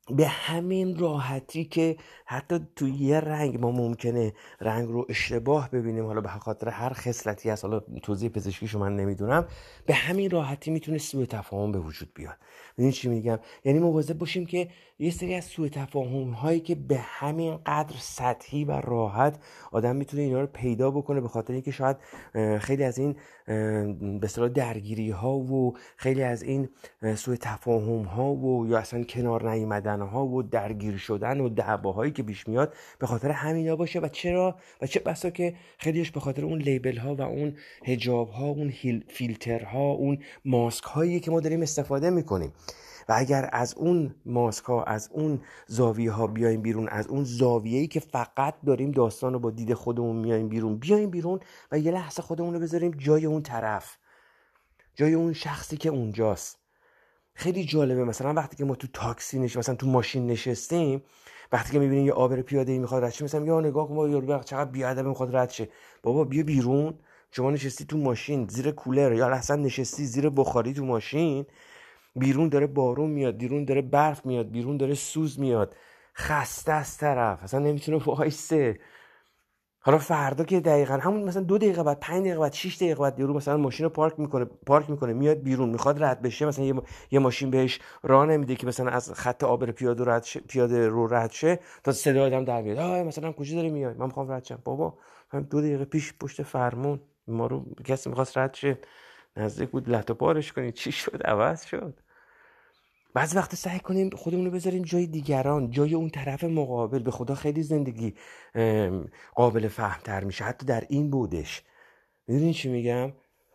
به همین راحتی که حتی تو یه رنگ ما ممکنه رنگ رو اشتباه ببینیم، حالا به خاطر هر خصلتی هست، حالا توضیح پزشکیشو من نمیدونم، به همین راحتی میتونه سوء تفاهم به وجود بیاد. ببینید چی میگم؟ یعنی مواظب باشیم که یه سری از سوء تفاهم هایی که به همین قدر سطحی و راحت آدم میتونه اینا رو پیدا بکنه، به خاطر اینکه شاید خیلی از این به اصطلاح درگیری ها و خیلی از این سوء تفاهم ها و یا اصلا کنار نیامدن ها و درگیر شدن و دعواهایی که پیش میاد به خاطر همینا باشه. و چرا و چه بسا که خیلیش به خاطر اون لیبل ها و اون حجاب ها، اون فیلتر ها، اون ماسک هایی که ما داریم استفاده میکنیم. و اگر از اون ماسک ها، از اون زاویه ها بیایم بیرون، از اون زاویه‌ای که فقط داریم داستان رو با دید خودمون میایم بیرون بیایم بیرون و یه لحظه خودمون رو بذاریم جای اون طرف، جای اون شخصی که اونجاست. خیلی جالبه مثلا وقتی که ما تو تاکسی نشستیم، مثلا تو ماشین نشستیم، وقتی که میبینیم یه آبر پیاده‌ای میخواد رد شه، مثلا یا نگاه کن یارو چقدر بی‌ادب میخواد رد شه. بابا بیا بیرون. شما نشستی تو ماشین زیر کولر یا اصلا نشستی زیر بخاری تو ماشین، بیرون داره بارون میاد، بیرون داره برف میاد، بیرون داره سوز میاد، خسته از طرف اصلا نمیتونه وایسه. حالا فردا که دقیقاً همون مثلا دو دقیقه بعد، پنج دقیقه بعد، شش دقیقه بعد یارو مثلا ماشین رو پارک میکنه پارک میکنه میاد بیرون میخواد رد بشه، مثلا یه, یه ماشین بهش راه نمیده که مثلا از خط آبر پیاده رد شه، پیاده رو رد شه، تا صدای آدم در بیاد آ مثلا کجا داری میای، من میخوام رد شم. بابا هم دو دقیقه پیش پشت فرمون ما رو کسی میخواست رد شه، نزدیک بود لتو پارش کنی، چی شد؟ عوض شد. بعضی وقت سعی کنیم خودمون رو بذاریم جای دیگران، جای اون طرف مقابل. به خدا خیلی زندگی قابل فهم‌تر میشه حتی در این بودش. میدونی چی میگم؟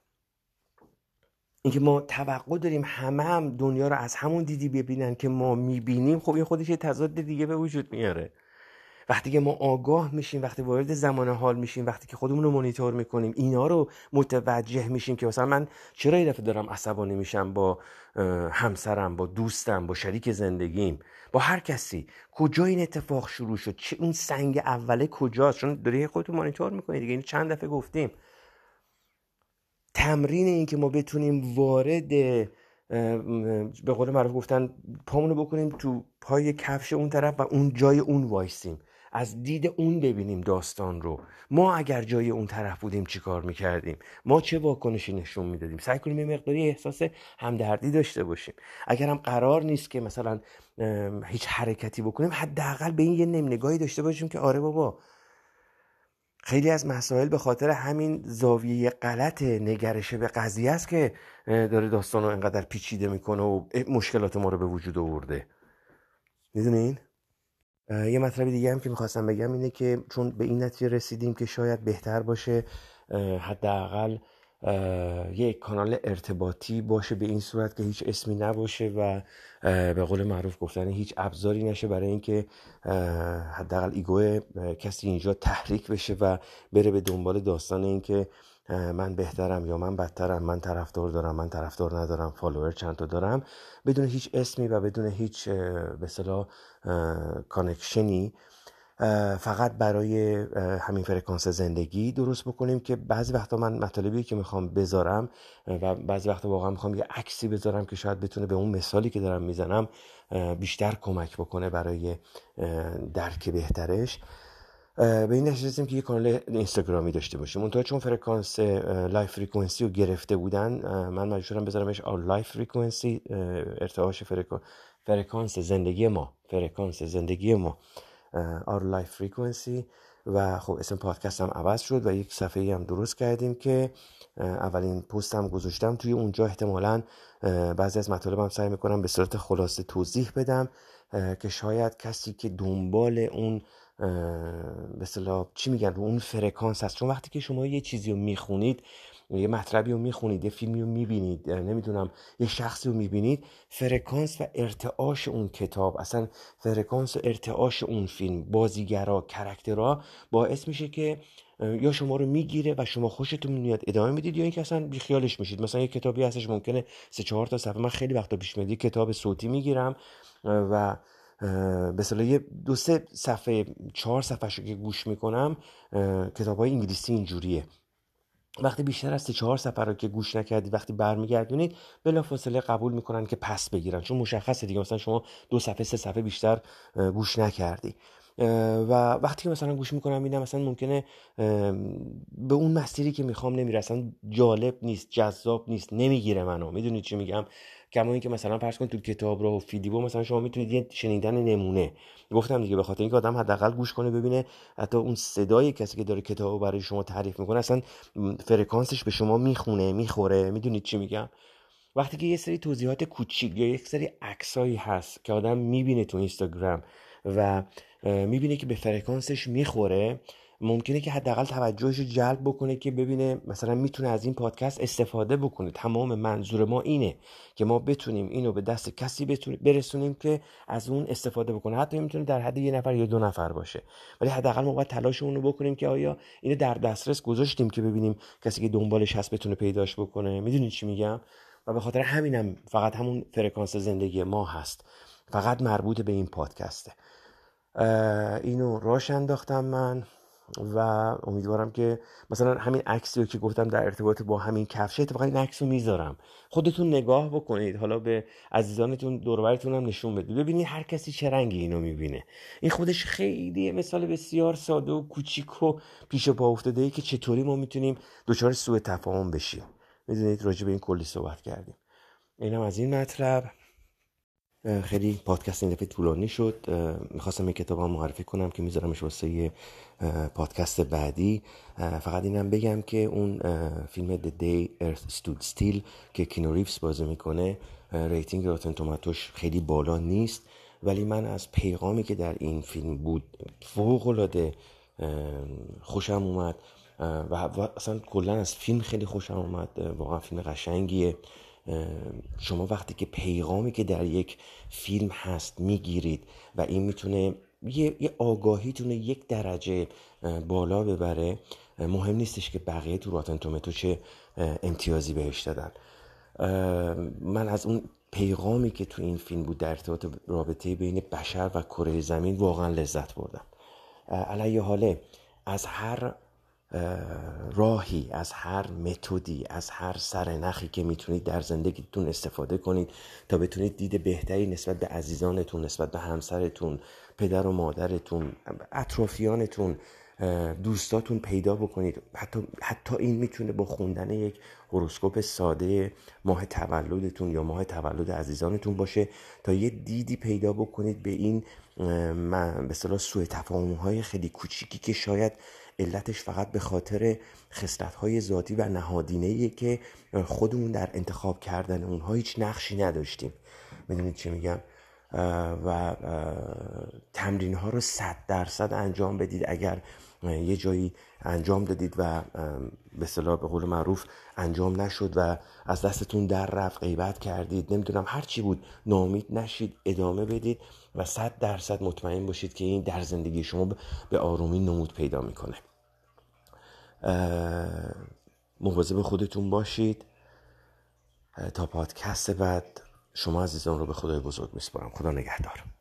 اینکه ما توقع داریم همه هم دنیا رو از همون دیدی ببینن که ما میبینیم، خب این خودش یه تضاد دیگه به وجود میاره. وقتی که ما آگاه میشیم، وقتی وارد زمان حال میشیم، وقتی که خودمون رو مانیتور میکنیم، اینا رو متوجه میشیم که مثلا من چرا یه دفعه دارم عصبانی میشم با همسرم، با دوستم، با شریک زندگیم، با هر کسی. کجا این اتفاق شروع شد؟ چه اون سنگ اوله کجاست؟ چون داری خودتو مانیتور میکنی دیگه. این چند دفعه گفتیم تمرین این که ما بتونیم وارد به قول معروف گفتن پامونو بکنیم تو پای کفش اون طرف و اون جای اون وایسیم، از دید اون ببینیم داستان رو. ما اگر جای اون طرف بودیم چی کار میکردیم؟ ما چه واکنشی نشون میدادیم؟ سعی کنیم یه مقداری احساس همدردی داشته باشیم. اگر هم قرار نیست که مثلا هیچ حرکتی بکنیم، حداقل به این یه نم نگاهی داشته باشیم که آره بابا خیلی از مسائل به خاطر همین زاویه غلط نگرش به قضیه است که داره داستان رو انقدر پیچیده میکنه و مشکلات ما رو به وجود آورده. میدونین؟ یه مطلب دیگه هم که میخواستم بگم اینه که چون به این نتیجه رسیدیم که شاید بهتر باشه حداقل یک کانال ارتباطی باشه به این صورت که هیچ اسمی نباشه و به قول معروف گفتن هیچ ابزاری نشه برای اینکه حداقل ایگو کسی اینجا تحریک بشه و بره به دنبال داستان اینکه من بهترم یا من بدترم، من طرفدار دارم، من طرفدار ندارم، فالوور چند تا دارم، بدون هیچ اسمی و بدون هیچ به اصطلاح کانکشنی، فقط برای همین فرکانس زندگی درست بکنیم که بعضی وقتا من مطالبی که میخوام بذارم و بعضی وقتا واقعا میخوام یه عکسی بذارم که شاید بتونه به اون مثالی که دارم میزنم بیشتر کمک بکنه برای درک بهترش. به این نتیجه رسیدیم که یه کانال اینستاگرامی داشته باشیم. اونطور چون فرکانس لایف فریکونسی رو گرفته بودن، من مجبور شدم بذارمش آر لایف فریکونسی، ارتعاش فرکانس زندگی ما، فرکانس زندگی ما آر لایف فریکونسی. و خب اسم پادکست هم عوض شد و یک صفحه هم درست کردیم که اولین پست هم گذاشتم توی اونجا. احتمالاً بعضی از مطالب هم سعی میکنم به صورت خلاصه توضیح بدم که شاید کسی که دنبال اون به اصطلاح چی میگن رو اون فرکانس هست، چون وقتی که شما یه چیزی رو میخونید، یه مطلبی رو میخونید، یه فیلمی رو میبینید، نمیدونم یه شخصی رو میبینید، فرکانس و ارتعاش اون کتاب، اصلا فرکانس و ارتعاش اون فیلم، بازیگرا، کرکترها باعث میشه که یا شما رو میگیره و شما خوشتون میاد ادامه میدید، یا اینکه اصلا بیخیالش میشید. مثلا یه کتابی هستش ممکنه سه چهار تا صفحه، من خیلی وقتا پیش میاد کتاب صوتی میگیرم و به اصطلاح یه دو سه صفحه چهار صفحه شو که گوش میکنم، کتابای انگلیسی اینجوریه، وقتی بیشتر از سه چهار صفحه رو که گوش نکردید وقتی برمیگردونید بلافاصله قبول میکنن که پس بگیرن، چون مشخصه دیگه مثلا شما دو صفحه سه صفحه بیشتر گوش نکردی. و وقتی که مثلا گوش میکنم میدم مثلا ممکنه به اون مسیری که میخوام نمیره، اصلا جالب نیست، جذاب نیست، نمیگیره منو. میدونید چی میگم؟ کما اینکه مثلا فرض کن تو کتاب رو و فیدیو مثلا شما میتونید یه شنیدن نمونه، گفتم دیگه، به خاطر اینکه آدم حداقل گوش کنه ببینه حتی اون صدای کسی که داره کتابو برای شما تعریف میکنه اصلا فرکانسش به شما میخونه میخوره. میدونید چی میگم؟ وقتی که یه سری توضیحات کوچیک یا یک سری عکسایی هست که آدم میبینه تو اینستاگرام و میبینه که به فرکانسش میخوره، ممکنه که حداقل توجهش رو جلب بکنه که ببینه مثلا میتونه از این پادکست استفاده بکنه. تمام منظور ما اینه که ما بتونیم اینو به دست کسی برسونیم که از اون استفاده بکنه، حتی میتونه در حد یه نفر یا دو نفر باشه، ولی حداقل ما باید تلاشمون رو بکنیم که آیا اینو در دسترس گذاشتیم که ببینیم کسی که دنبالش هست بتونه پیداش بکنه. میدونید چی میگم؟ و به خاطر همینم فقط همون فرکانس زندگی ما هست، فقط مربوط به این پادکسته. اینو راش انداختم من و امیدوارم که مثلا همین عکسی رو که گفتم در ارتباط با همین کفش، اتفاقا این عکس رو میذارم، خودتون نگاه بکنید، حالا به عزیزانتون دور و برتون هم نشون بدید، ببینید هر کسی چه رنگی اینو میبینه. این خودش خیلی مثال بسیار ساده و کوچیک و پیش پا افتاده ای که چطوری ما میتونیم دچار سوء تفاهم بشیم. میدونید راجع به این کلی صحبت کردیم. اینم از این مطلب. خیلی پادکست این دفعه طولانی شد. میخواستم یک کتاب هم معرفی کنم که میذارمش واسه یه پادکست بعدی. فقط اینم بگم که اون فیلم The Day Earth Stood Still که کینو ریوز بازی میکنه، ریتینگ راتن توماتوش خیلی بالا نیست، ولی من از پیغامی که در این فیلم بود فوق‌العاده خوشم اومد و اصلا کلا از فیلم خیلی خوشم اومد. واقعا فیلم قشنگیه. شما وقتی که پیغامی که در یک فیلم هست میگیرید و این میتونه یه, یه آگاهیتونه یک درجه بالا ببره، مهم نیستش که بقیه تو راتن توماتو چه امتیازی بهش دادن. من از اون پیغامی که تو این فیلم بود در ارتباط رابطه بین بشر و کره زمین واقعا لذت بردم. علیه حاله از هر راهی، از هر متدی، از هر سرنخی که میتونید در زندگیتون استفاده کنید تا بتونید دید بهتری نسبت به عزیزانتون، نسبت به همسرتون، پدر و مادرتون، اطرافیانتون، دوستاتون پیدا بکنید. حتی حتی این میتونه با خوندن یک هوروسکوپ ساده ماه تولدتون یا ماه تولد عزیزانتون باشه تا یه دیدی پیدا بکنید به این به اصطلاح سوء تفاهم‌های خیلی کوچیکی که شاید علتش فقط به خاطر خصلت‌های ذاتی و نهادینه‌ایه که خودمون در انتخاب کردن اونها هیچ نقشی نداشتیم. میدونید چی میگم؟ و تمرین‌ها رو صد درصد انجام بدید. اگر یه جایی انجام دادید و به اصطلاح به قول معروف انجام نشد و از دستتون در رفت، غیبت کردید، نمیدونم هر چی بود، ناامید نشید، ادامه بدید و صد درصد مطمئن باشید که این در زندگی شما به آرومی نمود پیدا میکنه. مواظب خودتون باشید. تا پادکست بعد شما عزیزان رو به خدای بزرگ میسپارم. خدا نگهدار.